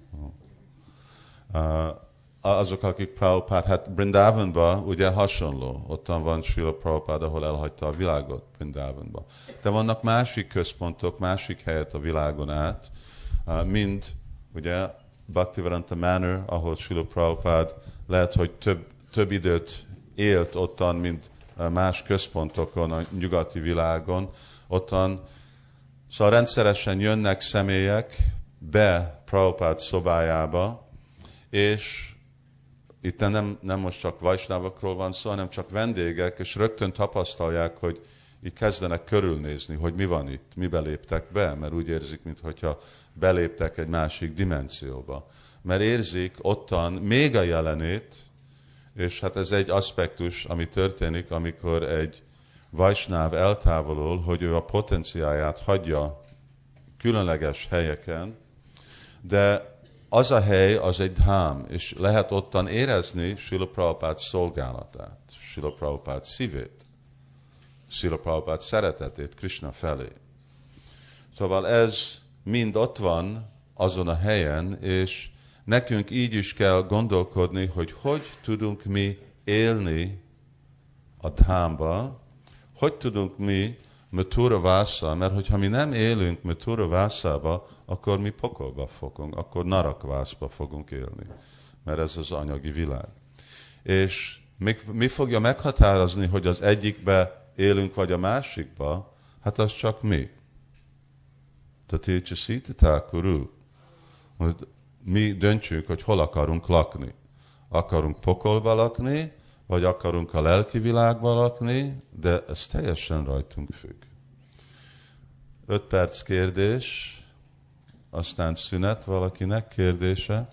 Azok, akik Prabhupád, hát Brindavanban ugye hasonló, ottan van Srila Prabhupád, ahol elhagyta a világot Brindavanban. De vannak másik központok, másik helyet a világon át, mind ugye Bhaktivedanta Manor, ahol Srila Prabhupád lehet, hogy több időt élt ottan, mint más központokon a nyugati világon. Ottan, szóval rendszeresen jönnek személyek be Prabhupád szobájába, és itt nem most csak vajsnávakról van szó, hanem csak vendégek, és rögtön tapasztalják, hogy így kezdenek körülnézni, hogy mi van itt, mibe léptek be, mert úgy érzik, mintha beléptek egy másik dimenzióba. Mert érzik ottan még a jelenét, és hát ez egy aspektus, ami történik, amikor egy vajsnáv eltávolul, hogy ő a potenciáját hagyja különleges helyeken, de az a hely, az egy dhám, és lehet ottan érezni Srila Prabhupád szolgálatát, Srila Prabhupád szívét, Srila Prabhupád szeretetét Krishna felé. Szóval ez mind ott van azon a helyen, és nekünk így is kell gondolkodni, hogy tudunk mi élni a dhámba, hogy tudunk mi Mathura Vasa, mert hogyha mi nem élünk Mathura Vasába, akkor mi pokolba fogunk, akkor Narakvászba fogunk élni, mert ez az anyagi világ. És mi fogja meghatározni, hogy az egyikbe élünk, vagy a másikba? Hát az csak mi. Tatircsasítitákurú. Mi döntsük, hogy hol akarunk lakni. Akarunk pokolba lakni, vagy akarunk a lelki világban lakni, de ez teljesen rajtunk függ. 5 perc kérdés, aztán szünet, valakinek kérdése.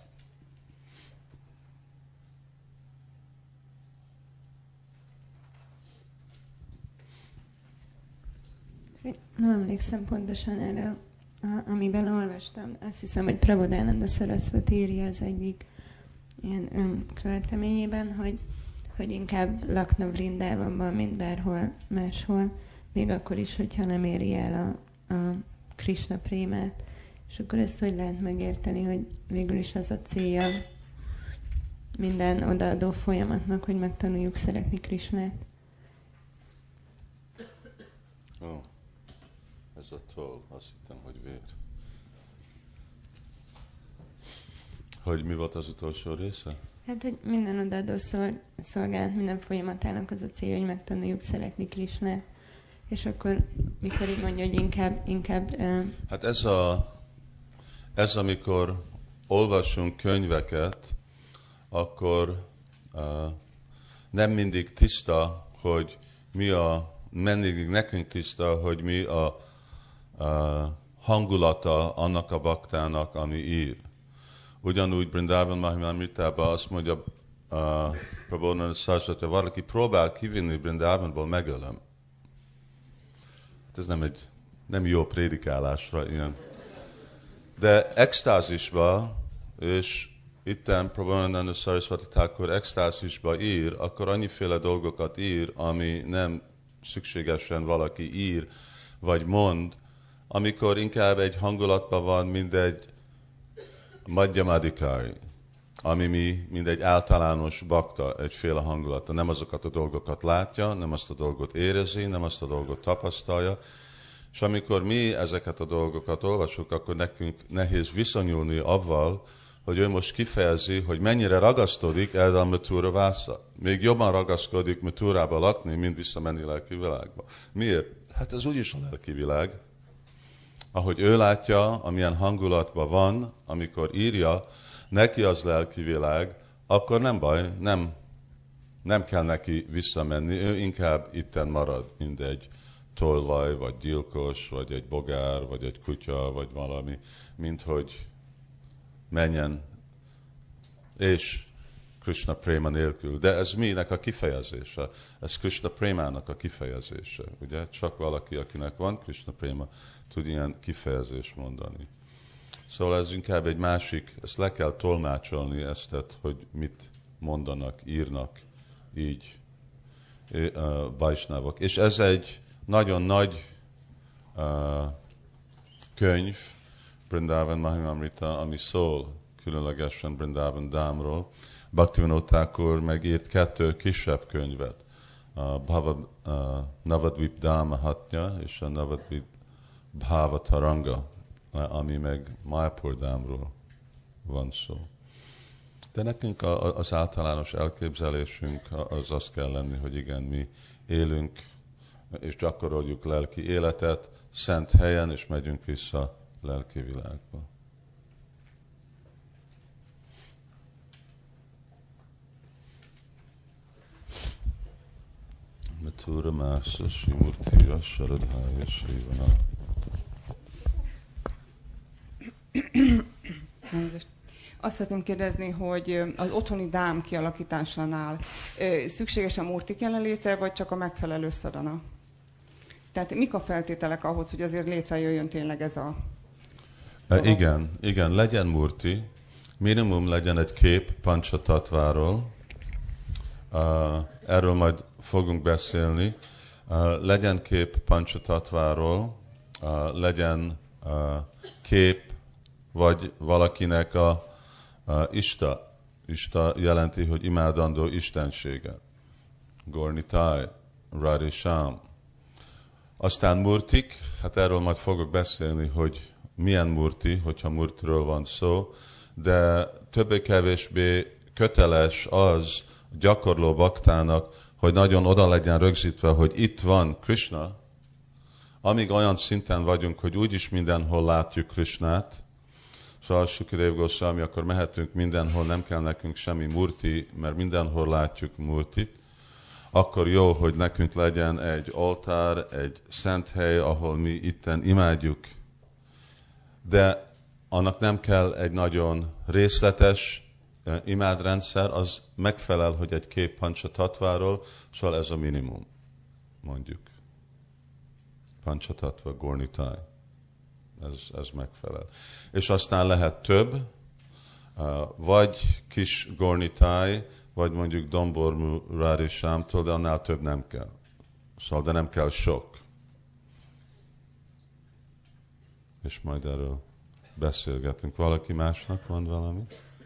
Nem emlékszem pontosan erre, amiben olvastam. Azt hiszem, hogy Prabodhananda Saraswati írja az egyik ilyen költeményében, hogy inkább lakna Vrindávonban, mint bárhol máshol, még akkor is, hogyha nem éri el a Krishna prémát. És akkor ezt hogy lehet megérteni, hogy végül is az a célja minden odaadó folyamatnak, hogy megtanuljuk szeretni Krishnát. Ez a toll, azt hittem, hogy vér. Hogy mi volt az utolsó része? Hát, hogy minden odaadó szolgálat, minden folyamatának az a célja, hogy megtanuljuk szeretni Krishnát. És akkor, mikor így mondja, hogy inkább Hát ez amikor olvasunk könyveket, akkor nem mindig tiszta, hogy mindig nekünk tiszta, hogy mi a hangulata annak a baktának, ami ír. Ugyanúgy Brindavan Mahimamritában azt mondja Prabodhananda Saraswati, hogy valaki próbál kivinni Brindavanból, megölöm. Hát ez nem jó prédikálásra ilyen. De extázisba, és itten Prabodhananda Saraswati Thakur extázisba ír, akkor annyiféle dolgokat ír, ami nem szükségesen valaki ír, vagy mond, amikor inkább egy hangulatban van, mint egy madhyamadikari, ami mint egy általános bakta, egyféle hangulata. Nem azokat a dolgokat látja, nem azt a dolgot érezi, nem azt a dolgot tapasztalja. És amikor mi ezeket a dolgokat olvasunk, akkor nekünk nehéz viszonyulni avval, hogy ő most kifejezi, hogy mennyire ragaszkodik el a Mathura Vasa. Még jobban ragaszkodik Mathurába lakni, mint visszamenni lelki világba. Miért? Hát ez úgyis a lelki világ. Ahogy ő látja, amilyen hangulatban van, amikor írja, neki az lelki világ, akkor nem baj, nem kell neki visszamenni, ő inkább itten marad, mint egy tolvaj, vagy gyilkos, vagy egy bogár, vagy egy kutya, vagy valami, mint hogy menjen, és Krishna préma nélkül. De ez minek a kifejezése? Ez Krishna prémának a kifejezése. Ugye? Csak valaki, akinek van Krishna préma, tud ilyen kifejezést mondani. Szóval ez inkább egy másik, ezt le kell tolmácsolni ezt, hogy mit mondanak, írnak így vajsnávok. És ez egy nagyon nagy könyv, Brindavan Mahimamrita, ami szól különlegesen Brindavan Dámról. Bhaktivinoda Thakur megírt 2 kisebb könyvet, Navadvip Dháma Hatya és a Navadvip Bhava Taranga, ami meg Mayapur Dámról van szó. De nekünk az általános elképzelésünk az azt kell lenni, hogy igen, mi élünk és gyakoroljuk lelki életet szent helyen, és megyünk vissza lelki világba. Mathura Masa Srimurtiya Sharadhaya Srivana. Azt szeretném kérdezni, hogy az otthoni dám kialakításánál szükséges a murtik jelenléte, vagy csak a megfelelő szadana? Tehát mik a feltételek ahhoz, hogy azért létrejöjjön tényleg ez a... Igen, legyen murti, minimum legyen egy kép Panchatatváról, erről majd fogunk beszélni, legyen kép Panchatatváról, legyen kép vagy valakinek a Ista jelenti, hogy imádandó istensége. Gornitai, Radhisham. Aztán murtik, hát erről majd fogok beszélni, hogy milyen murti, hogyha murtiről van szó, de többé-kevésbé köteles az gyakorló baktának, hogy nagyon oda legyen rögzítve, hogy itt van Krishna, amíg olyan szinten vagyunk, hogy úgyis mindenhol látjuk Krishnát, szóval Sukadev Goswami, akkor mehetünk mindenhol, nem kell nekünk semmi murti, mert mindenhol látjuk murtit, akkor jó, hogy nekünk legyen egy oltár, egy szent hely, ahol mi itten imádjuk. De annak nem kell egy nagyon részletes imádrendszer, az megfelel, hogy egy kép Panchatatváról, szóval ez a minimum, mondjuk. Panchatatva Gornitai. Ez megfelel. És aztán lehet több, vagy kis Gornitai, vagy mondjuk Dombormu Radhishamtól, de annál több nem kell. Szóval, de nem kell sok. És majd erről beszélgetünk. Valaki másnak van valami?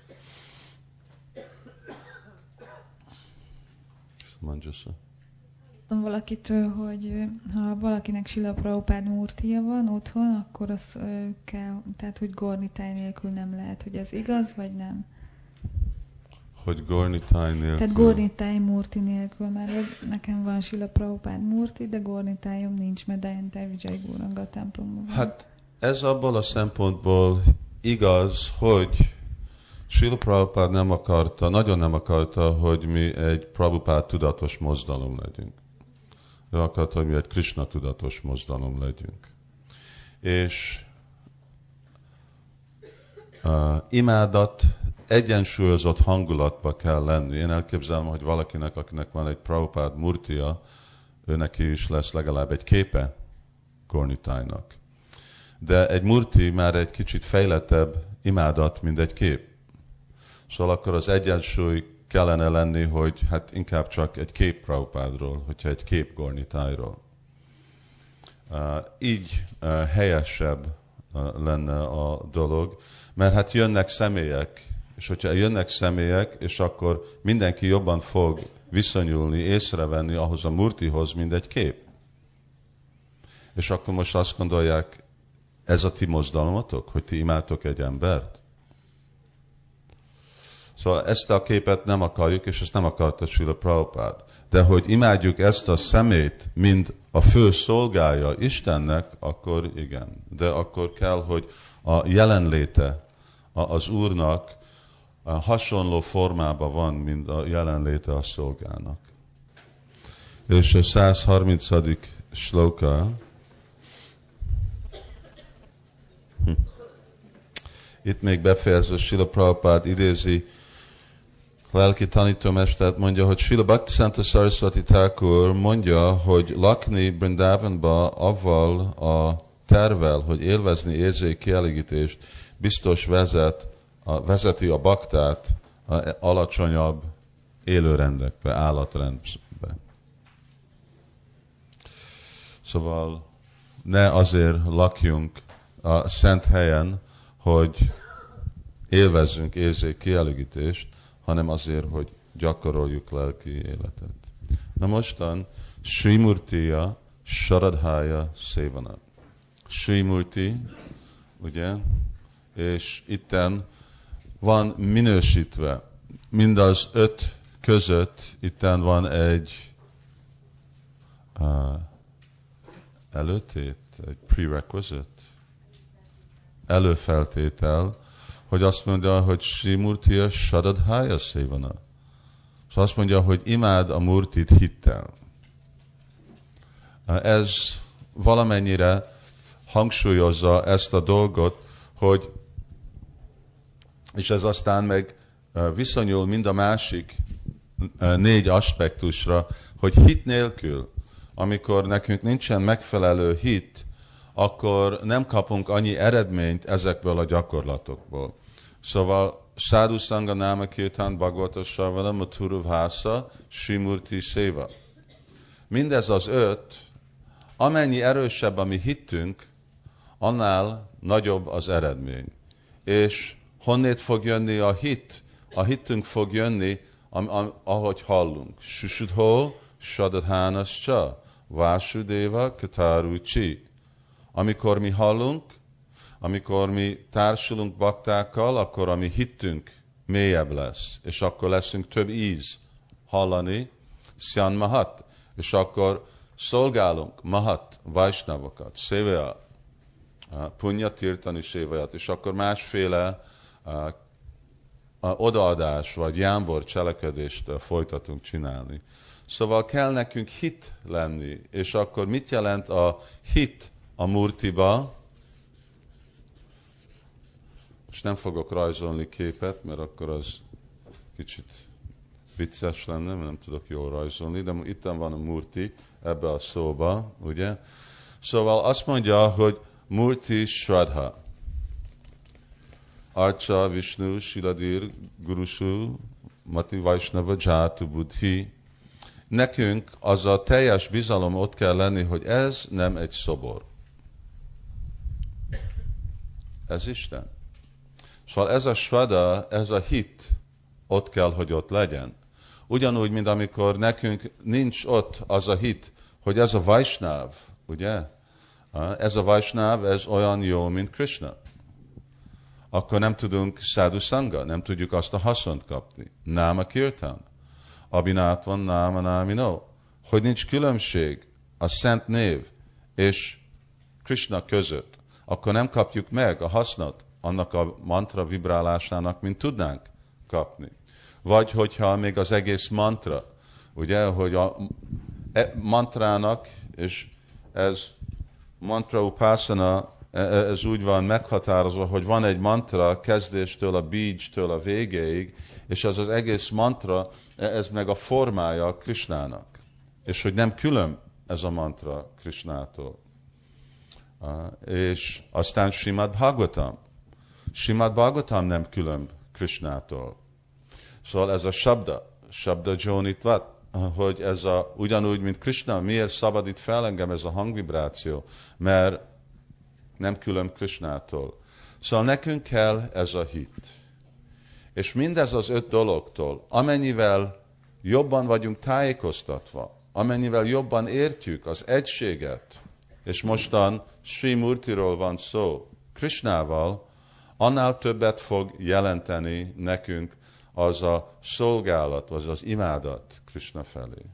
Manjusa. Valakitől, hogy ha valakinek Srila Prabhupád múrtija van otthon, akkor az kell, tehát hogy gornitáj nélkül nem lehet, hogy ez igaz, vagy nem? Hogy gornitáj nélkül? Tehát gornitáj múrti nélkül, mert hogy nekem van Srila Prabhupád múrti, de gornitájom nincs, mert Dayantai Vijay Gauranga templomban van. Hát ez abból a szempontból igaz, hogy Srila Prabhupád nagyon nem akarta, hogy mi egy Prabhupád tudatos mozdalom legyünk. Ő akarta, hogy mi egy Krishna tudatos mozdalom legyünk. És imádat egyensúlyozott hangulatba kell lenni. Én elképzelem, hogy valakinek, akinek van egy Prabhupád murtia, őneki is lesz legalább egy képe Gornitájnak. De egy murti már egy kicsit fejlettebb imádat, mint egy kép. Szóval akkor az egyensúly kellene lenni, hogy hát inkább csak egy kép Prabhupádról, hogyha egy kép Gornitájról. Így helyesebb lenne a dolog, mert hát jönnek személyek, és hogyha jönnek személyek, és akkor mindenki jobban fog viszonyulni, észrevenni ahhoz a murtihoz, mint egy kép. És akkor most azt gondolják, ez a ti mozdalomatok, hogy ti imádtok egy embert? Szóval ezt a képet nem akarjuk, és ezt nem akarta Srila Prabhupád. De hogy imádjuk ezt a szemét, mint a fő szolgája Istennek, akkor igen. De akkor kell, hogy a jelenléte az Úrnak hasonló formában van, mint a jelenléte a szolgának. És a 130. sloka. Itt még befejezve Srila Prabhupád idézi lelki tanítómestert, mondja, hogy Srila Bhaktisiddhanta Saraswati Thakur mondja, hogy lakni Brindavanba avval a tervel, hogy élvezni érzék kielégítést, biztos vezeti a baktát a alacsonyabb élőrendekbe, állatrendbe. Szóval ne azért lakjunk a szent helyen, hogy élvezzünk érzék kielégítést, hanem azért, hogy gyakoroljuk lelki életet. Na mostan Srimurtiya Sharadhaya Sevana. Srimurti, ugye? És itten van minősítve. Mind az 5 között itten van egy előtét, egy prerequisite, előfeltétel, hogy azt mondja, hogy Sri Murtiya Shradhaya Sevana. Szóval azt mondja, hogy imád a Murtit hittel. Ez valamennyire hangsúlyozza ezt a dolgot, hogy, és ez aztán meg viszonyul mind a másik 4 aspektusra, hogy hit nélkül, amikor nekünk nincsen megfelelő hit, akkor nem kapunk annyi eredményt ezekből a gyakorlatokból. Szóval Sadhu Sangha Nama Kirtan Bhagavata Shravana Mathura Bhasa Sri Murti Seva. Mindez az 5, amennyi erősebb a mi hittünk, annál nagyobb az eredmény. És honnét fog jönni a hit? A hitünk fog jönni, ahogy hallunk. Susudho Shradhanascha Vasudeva Kataruchi. Amikor mi hallunk, amikor mi társulunk baktákkal, akkor a mi hittünk mélyebb lesz, és akkor leszünk több íz hallani, Szyan Mahat, és akkor szolgálunk Mahat, Vaisnavokat, Sévaya, Punya Tirtani Sévajat, és akkor másféle odaadás, vagy jámbor cselekedést folytatunk csinálni. Szóval kell nekünk hit lenni, és akkor mit jelent a hit a Murtiba? És nem fogok rajzolni képet, mert akkor az kicsit vicces lenne, mert nem tudok jól rajzolni, de itt van a Murti ebbe a szóba, ugye? Szóval azt mondja, hogy Murti Shraddha. Archa Vishnu Shiladir Gurusu Mati Vaishnava Jatu Buddhi. Nekünk az a teljes bizalom ott kell lenni, hogy ez nem egy szobor. Ez Isten. Szóval ez a Shraddha, ez a hit ott kell, hogy ott legyen. Ugyanúgy, mint amikor nekünk nincs ott az a hit, hogy ez a Vaishnav, ugye? Ez a Vaishnav, ez olyan jó, mint Krishna. Akkor nem tudunk Sadhu Sangha, nem tudjuk azt a haszont kapni. Nama Kirtan. Abhinatvan Nama Namino. Hogy nincs különbség a szent név és Krishna között, akkor nem kapjuk meg a hasznot annak a mantra vibrálásának, mint tudnánk kapni. Vagy hogyha még az egész mantra, ugye, hogy a mantrának, és ez mantra upasana, ez úgy van meghatározva, hogy van egy mantra kezdéstől a bíjtől a végéig, és az az egész mantra, ez meg a formája Krishnának. És hogy nem külön ez a mantra Krishnától. És aztán Srimad Bhagavatam. Srimad Bhagavatam nem külön Krishnától. Szóval ez a Shabda Jonitvat, hogy ez ugyanúgy, mint Krishna, miért szabadít fel engem ez a hangvibráció? Mert nem külön Krishnától. Szóval nekünk kell ez a hit. És mindez az 5 dologtól, amennyivel jobban vagyunk tájékoztatva, amennyivel jobban értjük az egységet, és mostan Sri Murtiról van szó, Krishnával, annál többet fog jelenteni nekünk az a szolgálat, az az imádat Krishna felé.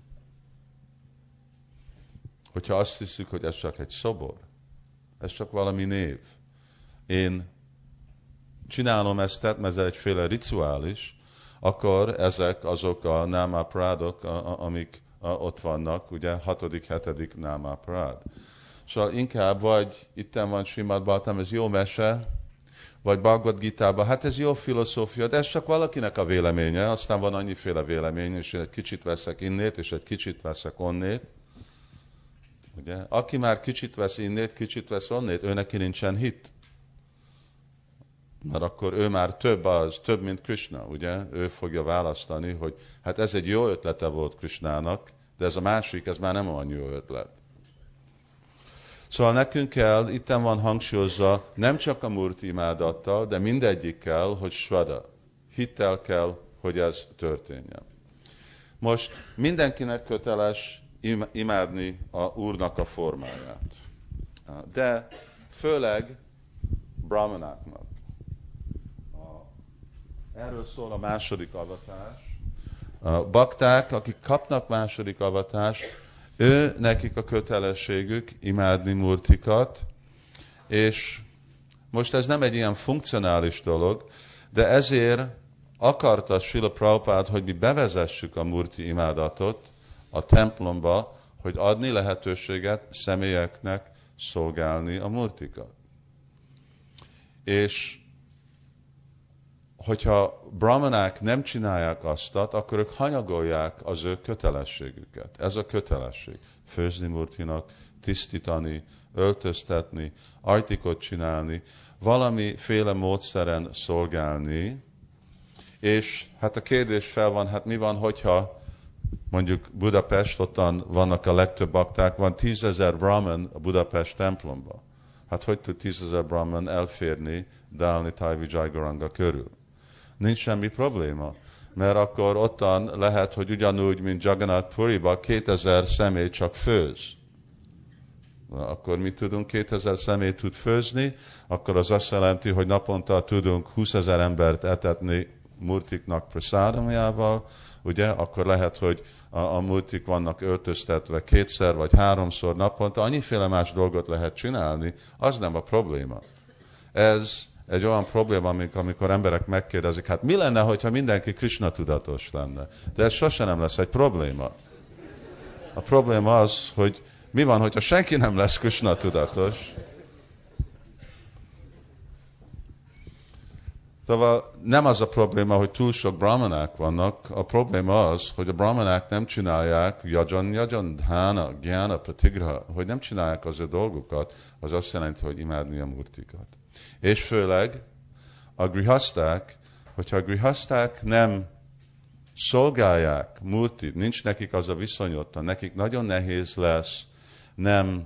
Hogyha azt hiszük, hogy ez csak egy szobor, ez csak valami név. Én csinálom ezt, mert ez egyféle rituális, akkor ezek azok a námaprádok, amik ott vannak, ugye 6.-7. námaprád. Szóval inkább vagy itten van Srimad Bhagavatam, ez jó mese, vagy Bhagavad Gitában, hát ez jó filozófia, de ez csak valakinek a véleménye, aztán van annyiféle vélemény, és egy kicsit veszek innét, és egy kicsit veszek onnét. Ugye? Aki már kicsit vesz innét, kicsit vesz onnét, ő neki nincsen hit. Mert akkor ő már több, mint Krishna, ugye? Ő fogja választani, hogy hát ez egy jó ötlete volt Krishnának, de ez a másik, ez már nem olyan jó ötlet. Szóval nekünk kell, itten van hangsúlyozva, nem csak a Murti imádattal, de mindegyikkel, hogy Shraddha. Hittel kell, hogy ez történjen. Most mindenkinek köteles imádni a Úrnak a formáját. De főleg brahmanáknak. Erről szól a második avatás. A bakták, akik kapnak második avatást, nekik a kötelességük imádni murtikat, és most ez nem egy ilyen funkcionális dolog, de ezért akarta Srila Prabhupád, hogy mi bevezessük a murti imádatot a templomba, hogy adni lehetőséget személyeknek szolgálni a murtikat. És hogyha brahmanák nem csinálják azt, akkor ők hanyagolják az ő kötelességüket. Ez a kötelesség. Főzni murtinak, tisztítani, öltöztetni, artikot csinálni, valamiféle módszeren szolgálni, és hát a kérdés fel van, hát mi van, hogyha mondjuk Budapest, ottan vannak a legtöbb bakták, van 10 000 brahman a Budapest templomba. Hát hogy tud 10 000 brahman elférni Dálnitáj Vijay Gauranga körül? Nincs semmi probléma, mert akkor ottan lehet, hogy ugyanúgy, mint Jagannath Puriba, 2000 személy csak főz. Na, akkor mi tudunk 2000 személy tud főzni, akkor az azt jelenti, hogy naponta tudunk 20 000 embert etetni murtiknak praszáramjával, ugye? Akkor lehet, hogy a murtik vannak öltöztetve 2-szer vagy 3-szor naponta, annyiféle más dolgot lehet csinálni, az nem a probléma. Ez egy olyan probléma, amikor emberek megkérdezik, hát mi lenne, hogyha mindenki Krishna tudatos lenne? De ez sosem nem lesz egy probléma. A probléma az, hogy mi van, hogyha senki nem lesz Krishna tudatos? Szóval nem az a probléma, hogy túl sok brahmanák vannak, a probléma az, hogy a brahmanák nem csinálják yajan, dhana, gyana, pratigraha, hogy nem csinálják az ő dolgukat, az azt jelenti, hogy imádni a murtikat. És főleg a grihaszták, hogyha a grihaszták nem szolgálják murtit, nincs nekik az a viszonyota, nekik nagyon nehéz lesz nem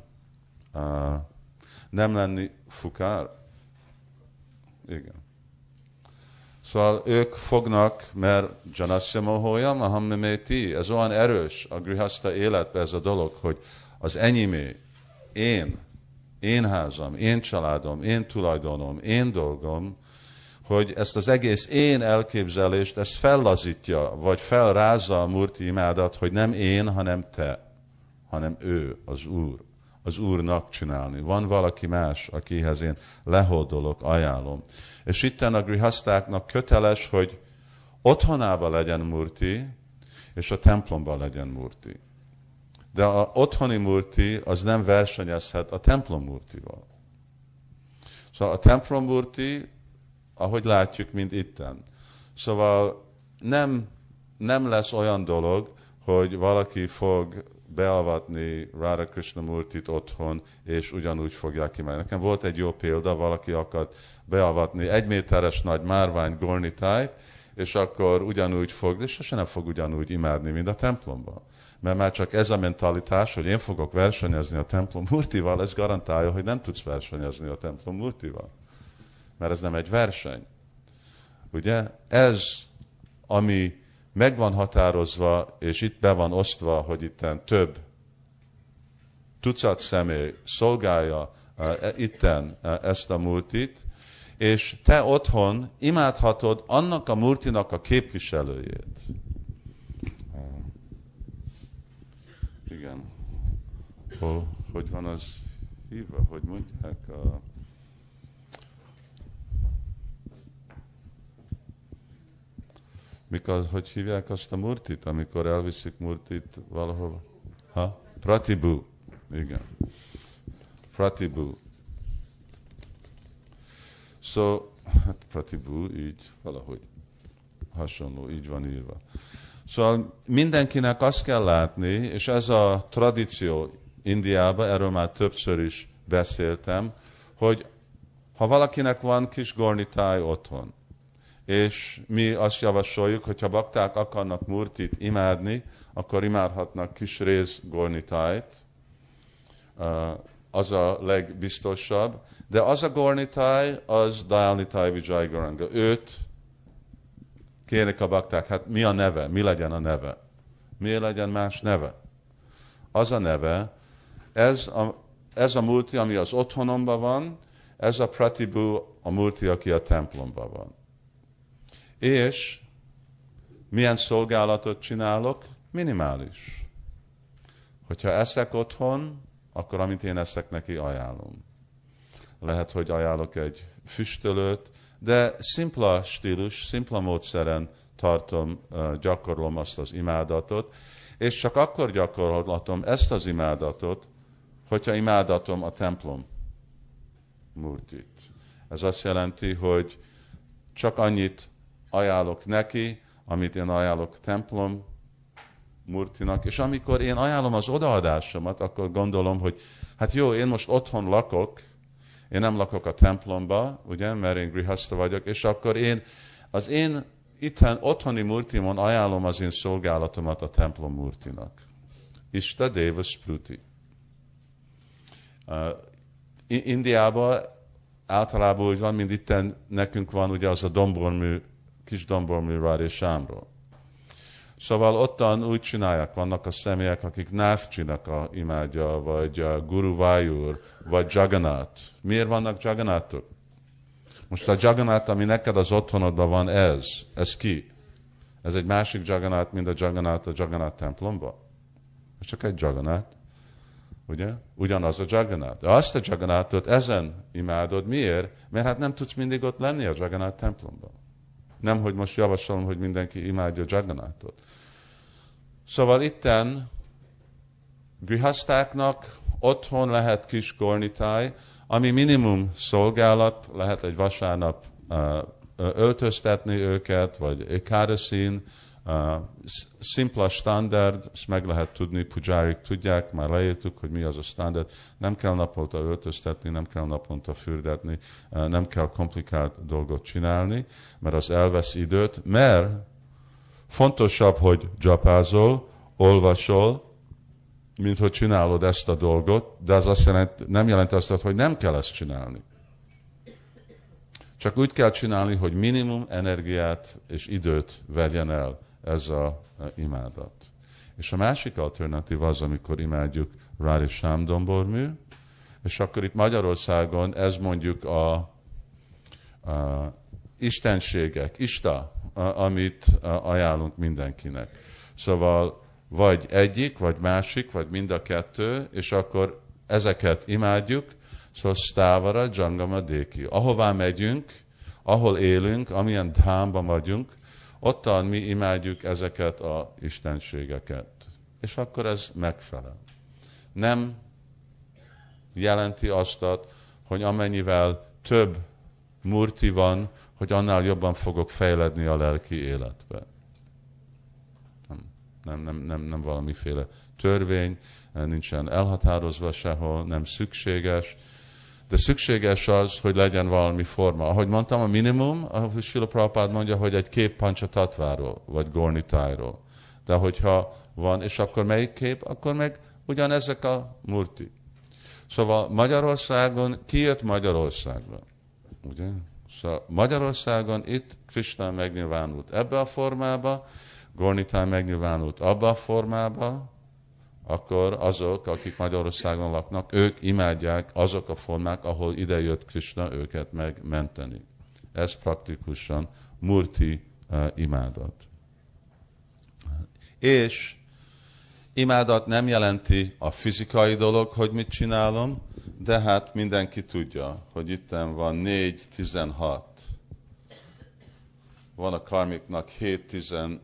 lenni fukár. Igen. Szóval ők fognak, mert Janasya Mohoyam, Aham Mimeti, ez olyan erős a grihaszta életben ez a dolog, hogy az enyémé, én házam, én családom, én tulajdonom, én dolgom, hogy ezt az egész én elképzelést, ezt fellazítja, vagy felrázza a murti imádat, hogy nem én, hanem te, hanem ő, az Úr. Az Úrnak csinálni. Van valaki más, akihez én lehódolok, ajánlom. És itten a grihasztáknak köteles, hogy otthonában legyen murti, és a templomban legyen murti. De az otthoni murti az nem versenyezhet a templom murtival. Szóval a templom murti, ahogy látjuk, mint itten. Szóval nem lesz olyan dolog, hogy valaki fog beavatni Radha Krishna murtit otthon, és ugyanúgy fogják kimálni. Nekem volt egy jó példa, valaki akart beavatni 1 méteres nagy márvány gornitájt, és akkor ugyanúgy fog, és sosem nem fog ugyanúgy imádni, mint a templomban. Mert már csak ez a mentalitás, hogy én fogok versenyezni a templom murtival, ez garantálja, hogy nem tudsz versenyezni a templom murtival. Mert ez nem egy verseny. Ugye? Ez, ami meg van határozva, és itt be van osztva, hogy itten több tucat személy szolgálja itten ezt a murtit, és te otthon imádhatod annak a murtinak a képviselőjét. Igen. Hogy van az hívva? Hogy mondják? Mikor, hogy hívják azt a murtit, amikor elviszik murtit valahova? Pratibu. Igen. Pratibu. Hát Pratibu, így valahogy hasonló, így van írva. Szóval mindenkinek azt kell látni, és ez a tradíció Indiában, erről már többször is beszéltem, hogy ha valakinek van kis gornitáj otthon, és mi azt javasoljuk, hogyha bakták akarnak murtit imádni, akkor imádhatnak kis rész gornitájt, az a legbiztosabb, de az a gornitáj, az Dálnitáj Vijay Gauranga. Őt kérnek a bakták, hát mi a neve? Mi legyen a neve? Miért legyen más neve? Az a neve, ez a murti, ami az otthonomban van, ez a Pratibu, a murti, aki a templomban van. És milyen szolgálatot csinálok? Minimális. Hogyha eszek otthon, akkor amit én eszek, neki ajánlom. Lehet, hogy ajánlok egy füstölőt, de szimpla stílus, szimpla módszeren gyakorlom azt az imádatot, és csak akkor gyakorlatom ezt az imádatot, hogyha imádatom a templom murtit. Ez azt jelenti, hogy csak annyit ajánlok neki, amit én ajánlok templom murtinak, és amikor én ajánlom az odaadásomat, akkor gondolom, hogy hát jó, én most otthon lakok, én nem lakok a templomba, ugye, mert én grihaszta vagyok, és akkor az én otthoni murtimon ajánlom az én szolgálatomat a templom murtinak. Ista Deva Spruti. Indiában általában úgy van, mint itten nekünk van ugye az a dombormű, kis dombormű Radha Shyamról. Szóval ottan úgy csinálják, vannak a személyek, akik Nathjinak imádja, vagy Guru Vayur, vagy Jagannath. Miért vannak Jagannathok? Most a Jagannath, ami neked az otthonodban van, ez ki? Ez egy másik Jagannath, mint a Jagannath templomban? Ez csak egy Jagannath, ugye? Ugyanaz a Jagannath. De azt a Jagannathot ezen imádod. Miért? Mert hát nem tudsz mindig ott lenni a Jagannath templomban. Nem, hogy most javasolom, hogy mindenki imádja a Jagannathot. Szóval itten grihasztáknak otthon lehet kis gornitáj, ami minimum szolgálat, lehet egy vasárnap öltöztetni őket, vagy ekádaszin, szimpla standard, ezt meg lehet tudni, pujárik tudják, már leírtuk, hogy mi az a standard. Nem kell naponta öltöztetni, nem kell naponta fürdetni, nem kell komplikált dolgot csinálni, mert az elvesz időt, mert fontosabb, hogy japázol, olvasol, mint hogy csinálod ezt a dolgot, de az nem jelenti azt, hogy nem kell ezt csinálni. Csak úgy kell csinálni, hogy minimum energiát és időt vegyen el ez az imádat. És a másik alternatív az, amikor imádjuk Radha Shyam dombormű, és akkor itt Magyarországon ez mondjuk a istenségek, Ista, amit ajánlunk mindenkinek. Szóval vagy egyik, vagy másik, vagy mind a kettő, és akkor ezeket imádjuk, szóval Stávara, Jangama, Déki. Ahová megyünk, ahol élünk, amilyen dhámban vagyunk, ottan mi imádjuk ezeket az istenségeket. És akkor ez megfelel. Nem jelenti azt, hogy amennyivel több murti van, hogy annál jobban fogok fejledni a lelki életbe. Nem valamiféle törvény, nincsen elhatározva sehol, nem szükséges, de szükséges az, hogy legyen valami forma. Ahogy mondtam, a minimum, ahogy Srila Prabhupád mondja, hogy egy kép Panchatatváról, vagy Gornitájról. De hogyha van, és akkor melyik kép? Akkor meg ugyanezek a murti. Szóval Magyarországon, ki jött Magyarországra? Ugye? Szóval Magyarországon itt Krishna megnyilvánult ebbe a formába, Gornitáj megnyilvánult abba a formába, akkor azok, akik Magyarországon laknak, ők imádják azok a formák, ahol ide jött Krishna őket megmenteni. Ez praktikusan murti imádat. És imádat nem jelenti a fizikai dolog, hogy mit csinálom, de hát mindenki tudja, hogy itten van 4-16. Van a karmiknak 7-24,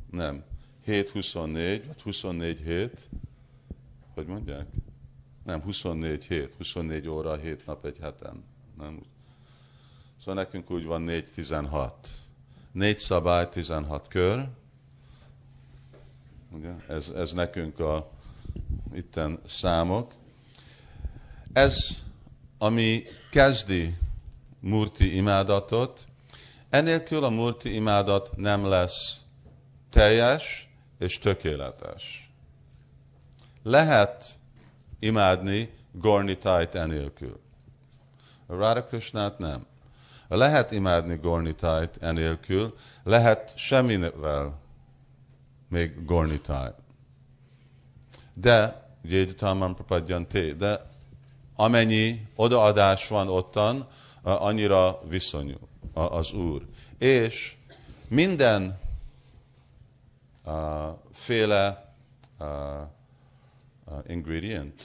vagy 24 hét. Hogy mondják? Nem, 24 hét, 24 óra, 7 nap egy heten. Nem. Szóval nekünk úgy van 4-16. 4 szabály, 16 kör. Ugye? Ez nekünk a itten számok. Ez, ami kezdi murti imádatot, enélkül a murti imádat nem lesz teljes és tökéletes. Lehet imádni Gornitájt enélkül. A Radha Krishnát nem. Lehet imádni Gornitájt enélkül, lehet semmivel még Gornitáj. De, Jéditamam Prapadjanté, de amennyi odaadás van ottan, annyira viszonyul az Úr. És minden féle ingredient,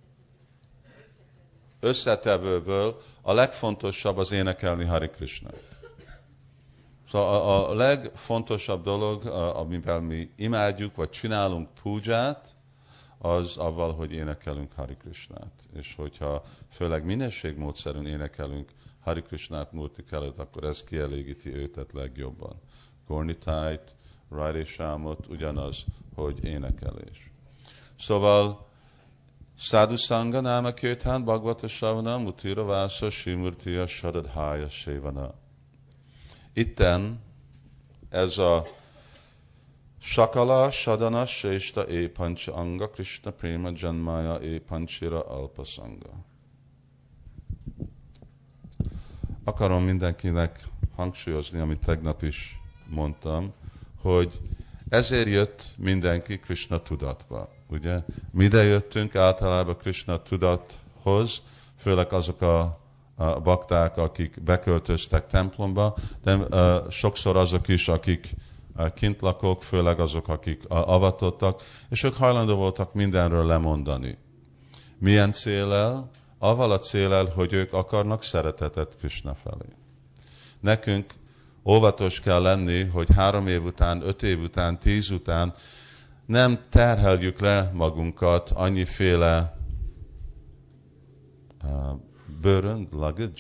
összetevőből a legfontosabb az énekelni Hare Krishnát. Szóval a legfontosabb dolog, amivel mi imádjuk, vagy csinálunk púdzsát, az avval, hogy énekelünk Hare Krishnát. És hogyha főleg minőségmódszerűen énekelünk Hare Krishnát Murtik előtt, akkor ez kielégíti őtet legjobban. Gornitájt, Radhésámot, ugyanaz, hogy énekelés. Szóval Sadhu Sangha Náma Kirtán Bhagavata Savana Mutira Vása Simurtiya Sadadhája Sévana. Itten ez a Sakala Sadana Sesta E Pancha Anga Krishna Prema Janmaya E Panchira Alpasanga. Akarom mindenkinek hangsúlyozni, amit tegnap is mondtam, hogy ezért jött mindenki Krishna tudatba. Ugye? Mi ide jöttünk általában Krishna tudathoz, főleg azok a bakták, akik beköltöztek templomba, de sokszor azok is, akik kint lakók, főleg azok, akik avatottak, és ők hajlandó voltak mindenről lemondani. Milyen céllel? Avval a céllel, hogy ők akarnak szeretetet Krishna felé. Nekünk óvatos kell lenni, hogy 3 év után, 5 év után, 10 után nem terheljük le magunkat annyiféle burden, luggage,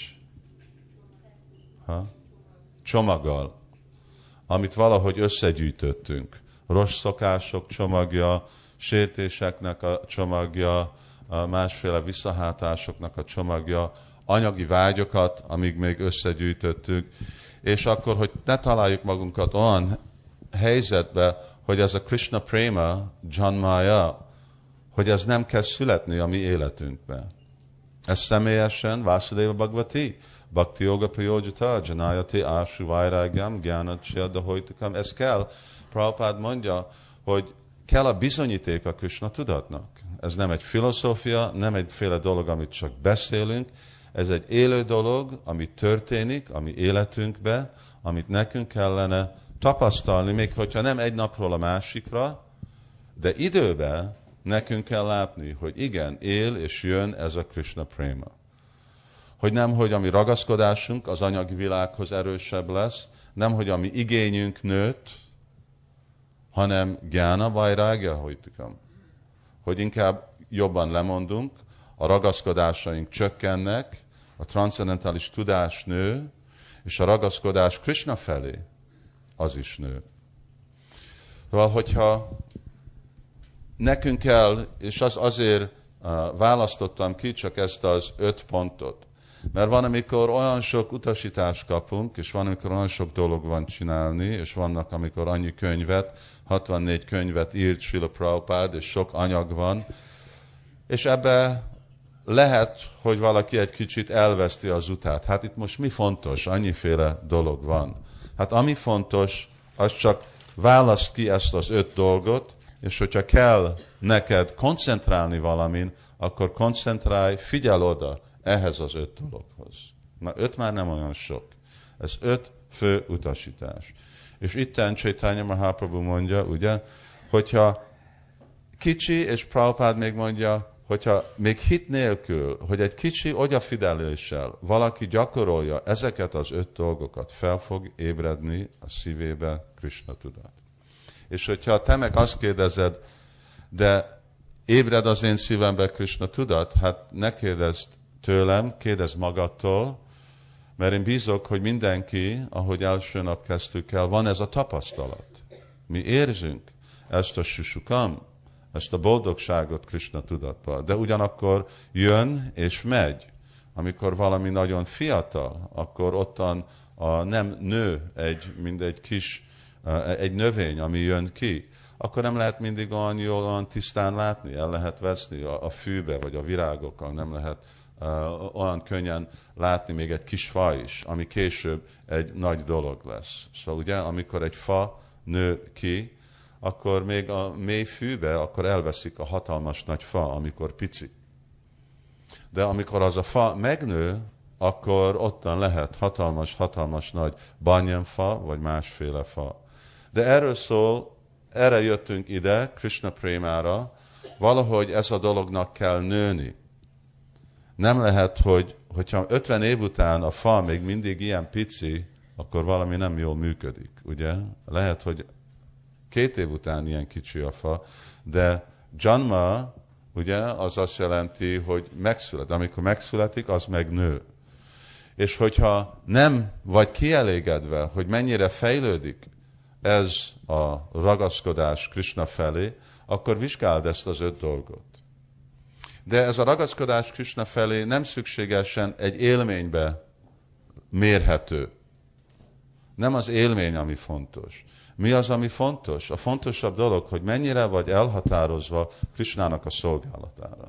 csomaggal, amit valahogy összegyűjtöttünk. Rossz szokások csomagja, sértéseknek a csomagja, másféle visszahátásoknak a csomagja, anyagi vágyokat, amíg még összegyűjtöttük, és akkor, hogy ne találjuk magunkat olyan helyzetbe, hogy ez a Krishna Prema, Janmaya, hogy ez nem kezd születni a mi életünkbe. Ez személyesen, Vasudeva Bhagavati, Bhakti Yoga Prayojata, Janayati Ashu Vairagyam, Gyánat Siadahoitikam. Ez kell, Prabhupád mondja, hogy kell a bizonyíték a Krishna tudatnak. Ez nem egy filozófia, nem egyféle dolog, amit csak beszélünk, ez egy élő dolog, ami történik a mi életünkbe, amit nekünk kellene tapasztalni, még hogyha nem egy napról a másikra, de időben nekünk kell látni, hogy igen, él és jön ez a Krishna Prema. Hogy nem, hogy a mi ragaszkodásunk az anyagi világhoz erősebb lesz, nem, hogy a mi igényünk nőtt, hanem Gyána Vairagya Hoitikam. Hogy inkább jobban lemondunk, a ragaszkodásaink csökkennek, a transzcendentális tudás nő, és a ragaszkodás Krishna felé, az is nő. Szóval, hogyha nekünk kell, és azért választottam ki csak ezt az 5 pontot, mert van, amikor olyan sok utasítást kapunk, és van, amikor olyan sok dolog van csinálni, és vannak, amikor annyi könyvet, 64 könyvet írt Srila Prabhupád, és sok anyag van, és ebbe lehet, hogy valaki egy kicsit elveszti az utát. Hát itt most mi fontos? Annyiféle dolog van. Hát ami fontos, az csak választ ki ezt az 5 dolgot, és hogyha kell neked koncentrálni valamin, akkor koncentrálj, figyelj oda ehhez az 5 dologhoz. Na 5 már nem olyan sok. Ez 5 fő utasítás. És itten Chaitanya Mahaprabhu mondja, ugye, hogyha kicsi, és Prabhupád még mondja, hogyha még hit nélkül, hogy egy kicsi odafigyeléssel valaki gyakorolja ezeket az 5 dolgokat, fel fog ébredni a szívébe Krishna tudat. És hogyha te meg azt kérdezed, de ébred az én szívembe Krishna tudat, hát ne kérdezd tőlem, kérdezd magadtól, mert én bízok, hogy mindenki, ahogy első nap kezdtük el, van ez a tapasztalat. Mi érzünk ezt a susukam, ezt a boldogságot Krishna tudatban, de ugyanakkor jön és megy. Amikor valami nagyon fiatal, akkor ottan nem nő mint egy kis, egy növény, ami jön ki, akkor nem lehet mindig olyan jól, olyan tisztán látni, el lehet veszni a fűbe, vagy a virágokkal, nem lehet olyan könnyen látni még egy kis fa is, ami később egy nagy dolog lesz. Szóval ugye, amikor egy fa nő ki, akkor még a mély fűbe, akkor elveszik a hatalmas nagy fa, amikor pici. De amikor az a fa megnő, akkor ottan lehet hatalmas nagy banyanfa, vagy másféle fa. De erről szól, erre jöttünk ide, Krishna prémára, valahogy ez a dolognak kell nőni. Nem lehet, hogyha 50 év után a fa még mindig ilyen pici, akkor valami nem jól működik, ugye? Lehet, hogy 2 év után ilyen kicsi a fa, de janma, ugye, az azt jelenti, hogy megszület. Amikor megszületik, az megnő. És hogyha nem vagy kielégedve, hogy mennyire fejlődik ez a ragaszkodás Krishna felé, akkor vizsgáld ezt az 5 dolgot. De ez a ragaszkodás Krishna felé nem szükségesen egy élménybe mérhető. Nem az élmény, ami fontos. Mi az, ami fontos? A fontosabb dolog, hogy mennyire vagy elhatározva Krishnának a szolgálatára.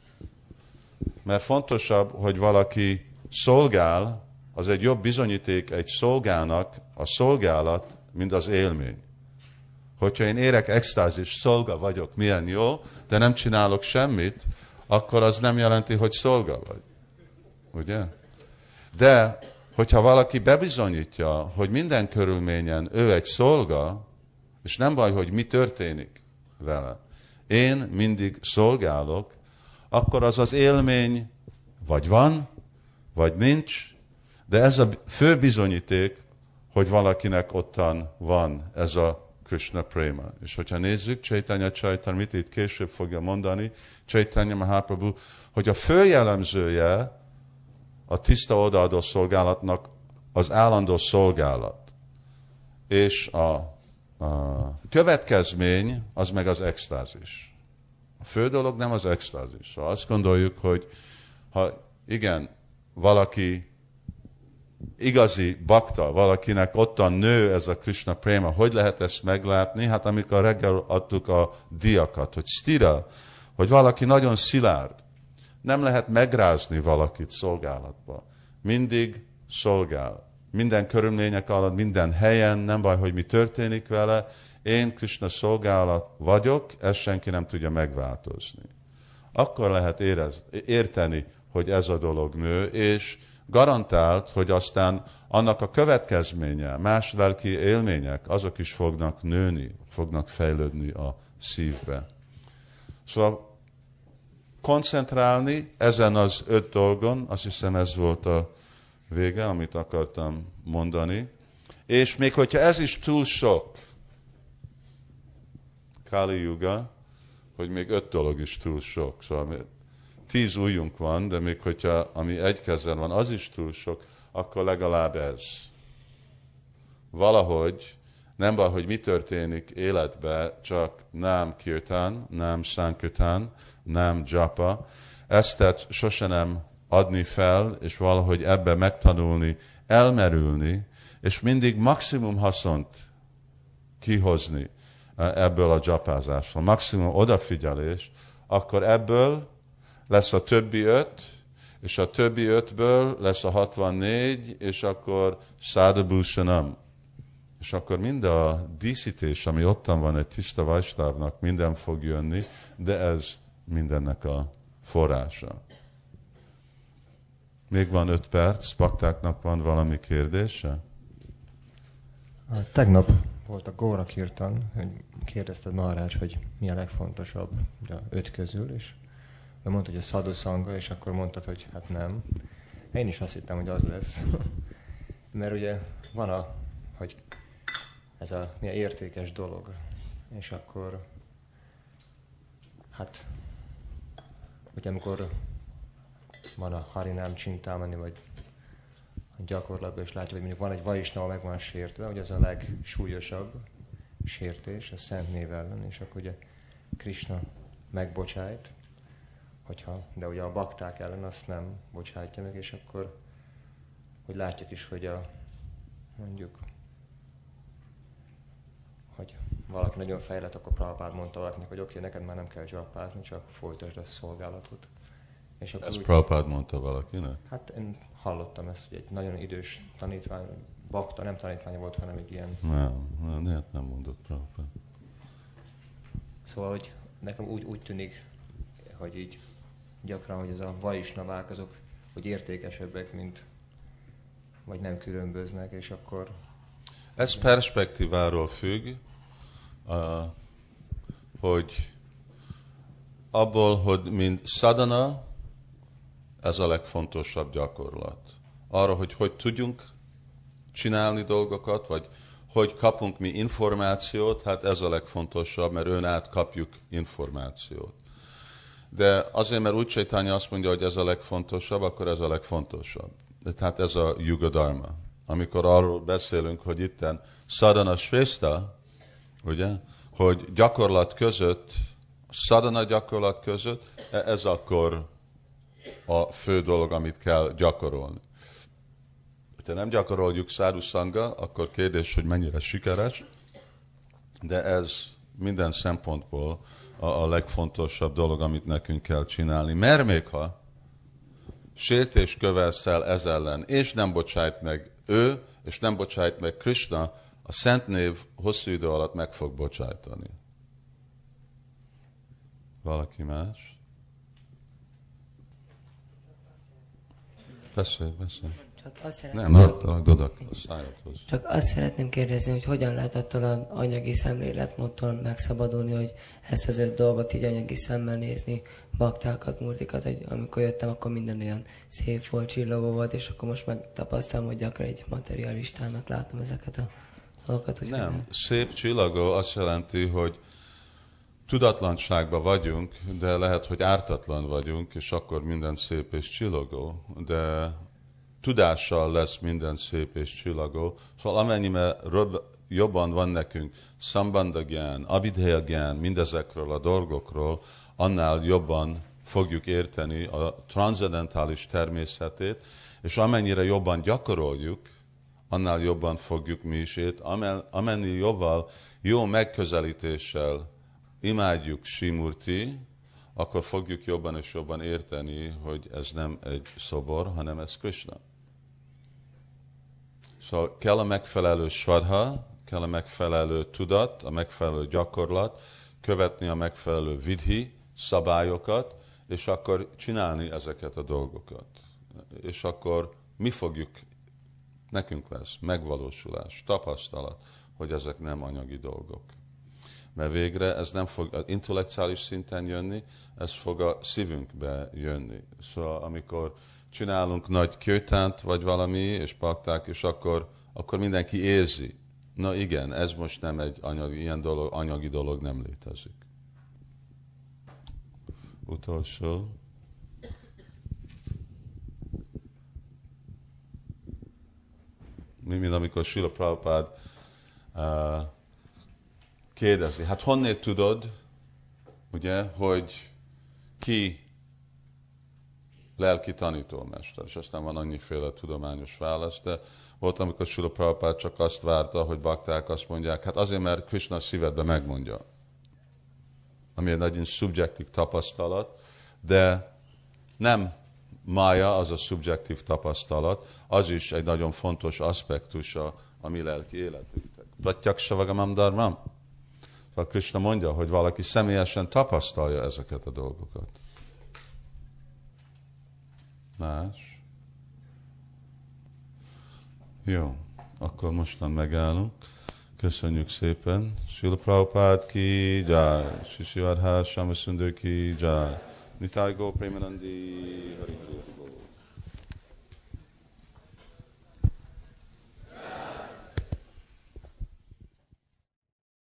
Mert fontosabb, hogy valaki szolgál, az egy jobb bizonyíték egy szolgának a szolgálat, mint az élmény. Hogyha én érek extázis, szolga vagyok, milyen jó, de nem csinálok semmit, akkor az nem jelenti, hogy szolga vagy. Ugye? De hogyha valaki bebizonyítja, hogy minden körülményen ő egy szolga, és nem baj, hogy mi történik vele, én mindig szolgálok, akkor az az élmény vagy van, vagy nincs, de ez a fő bizonyíték, hogy valakinek ottan van ez a Krishna Prema. És hogyha nézzük, Chaitanya Charitamrita itt később fogja mondani, Chaitanya Mahaprabhu, hogy a fő jellemzője a tiszta odaadó szolgálatnak az állandó szolgálat. És a következmény az meg az extázis. A fő dolog nem az extázis. Szóval azt gondoljuk, hogy ha igen, valaki igazi bakta, valakinek ottan nő ez a Krishna Prema, hogy lehet ezt meglátni? Hát amikor reggel adtuk a diakat, hogy stira, hogy valaki nagyon szilárd. Nem lehet megrázni valakit szolgálatba. Mindig szolgál. Minden körülmények alatt, minden helyen, nem baj, hogy mi történik vele. Én Krishna szolgálat vagyok, ezt senki nem tudja megváltozni. Akkor lehet érteni, hogy ez a dolog nő, és garantált, hogy aztán annak a következménye, más lelki élmények, azok is fognak nőni, fognak fejlődni a szívbe. Szóval koncentrálni ezen az 5 dolgon, azt hiszem ez volt a vége, amit akartam mondani. És még hogyha ez is túl sok, Kali Yuga, hogy még 5 dolog is túl sok. Szóval 10 ujjunk van, de még hogyha ami egy kezen van, az is túl sok, akkor legalább ez. Valahogy, nem baj, hogy mi történik életbe, csak nem kirtán, nem sankirtán, nem japa. Ezt sose nem adni fel, és valahogy ebbe megtanulni, elmerülni, és mindig maximum haszont kihozni ebből a japázásról. Maximum odafigyelés, akkor ebből lesz a többi 5, és a többi 5-ből lesz a 64, és akkor Sadhabhushanam. És akkor mind a díszítés, ami ottan van egy tiszta vajsnávnak, minden fog jönni, de ez mindennek a forrása. Még van 5 perc, baktáknak van valami kérdése? Tegnap volt a Góra Kirtan, hogy kérdezted Maharaj, hogy mi a legfontosabb a 5 közül, és ő mondta, hogy a Sadhu Sangha, és akkor mondtad, hogy hát nem. Én is azt hittem, hogy az lesz. Mert ugye van hogy ez a milyen értékes dolog. És akkor, hát, hogy amikor van a Harinám Csintámani, vagy a gyakorlatban is látjuk, hogy mondjuk van egy Vaisnava meg van sértve, hogy az a legsúlyosabb sértés, a szent név ellen, és akkor ugye Krishna megbocsájt, de ugye a bakták ellen azt nem bocsájtja meg, és akkor, hogy látjuk is, hogy mondjuk, hogy valaki nagyon fejlett, akkor Prabhupád mondta valakinek, hogy oké, neked már nem kell japázni, csak folytasd a szolgálatot. És akkor ezt Prabhupád mondta valakinek? Hát én hallottam ezt, hogy egy nagyon idős tanítvány, bakta, nem tanítvány volt, hanem egy ilyen... Nem mondott Prabhupád. Szóval, hogy nekem úgy tűnik, hogy így gyakran, hogy ez a vaisnavák, azok hogy értékesebbek, mint vagy nem különböznek, és akkor... Ez perspektíváról függ, hogy abból, hogy mint sadhana, ez a legfontosabb gyakorlat. Arra, hogy tudjunk csinálni dolgokat, vagy hogy kapunk mi információt, hát ez a legfontosabb, mert ön át kapjuk információt. De azért, mert úgy Chaitanya azt mondja, hogy ez a legfontosabb, akkor ez a legfontosabb. Tehát ez a Yuga Dharma. Amikor arról beszélünk, hogy itten sadhana shrestha, ugye, hogy gyakorlat között, sadhana gyakorlat között, ez akkor a fő dolog, amit kell gyakorolni. Ha nem gyakoroljuk sadhu sanga, akkor kérdés, hogy mennyire sikeres, de ez minden szempontból a legfontosabb dolog, amit nekünk kell csinálni. Mert még ha sértést követsz el ez ellen, és nem bocsájt meg ő, és nem bocsájt meg Krishna, a szent név hosszú idő alatt meg fog bocsájtani. Valaki más? Beszélj. Csak azt szeretném kérdezni, hogy hogyan lehet attól az anyagi szemléletmódtól megszabadulni, hogy ezt az 5 dolgot így anyagi szemmel nézni, baktákat, murtikat, hogy amikor jöttem, akkor minden olyan szép volt, csillogó volt, és akkor most megtapasztalom, hogy gyakran egy materialistának látom ezeket a dolgokat. Hogy nem, szép csillagó azt jelenti, hogy tudatlanságban vagyunk, de lehet, hogy ártatlan vagyunk, és akkor minden szép és csillogó, de tudással lesz minden szép és csillagó. Szóval amennyiben jobban van nekünk sambandha gyán, abhidheya gyán, mindezekről a dolgokról, annál jobban fogjuk érteni a transzendentális természetét, és amennyire jobban gyakoroljuk, annál jobban fogjuk mi is érteni. Amennyi jóval jó megközelítéssel imádjuk Srimurti, akkor fogjuk jobban és jobban érteni, hogy ez nem egy szobor, hanem ez Krishna. Szóval kell a megfelelő svadha, kell a megfelelő tudat, a megfelelő gyakorlat, követni a megfelelő vidhi szabályokat, és akkor csinálni ezeket a dolgokat. És akkor mi fogjuk, nekünk lesz megvalósulás, tapasztalat, hogy ezek nem anyagi dolgok. Mert végre ez nem fog az intellektuális szinten jönni, ez fog a szívünkbe jönni. Szóval amikor csinálunk nagy kirtánt, vagy valami, és pakták, és akkor mindenki érzi. Na igen, ez most nem egy ilyen dolog, anyagi dolog nem létezik. Utolsó. Mint amikor Srila Prabhupád kérdezi, hát honnét tudod, ugye, hogy ki lelki tanítómester, és aztán van annyiféle tudományos válasz, de volt, amikor Srila Prabhupád csak azt várta, hogy bakták azt mondják, hát azért, mert Krishna a szívedbe megmondja. Ami egy nagyon szubjektív tapasztalat, de nem mája az a szubjektív tapasztalat, az is egy nagyon fontos aspektusa a mi lelki életünknek. Pratyaksha vagamam dharmam. Szóval Krishna mondja, hogy valaki személyesen tapasztalja ezeket a dolgokat. Más? Jó, akkor mostan megállunk. Köszönjük szépen. Srila Prabhupád ki jai, Sri Sri Radha Shyama Sundar ki jai, Nitai Gaur Premanandi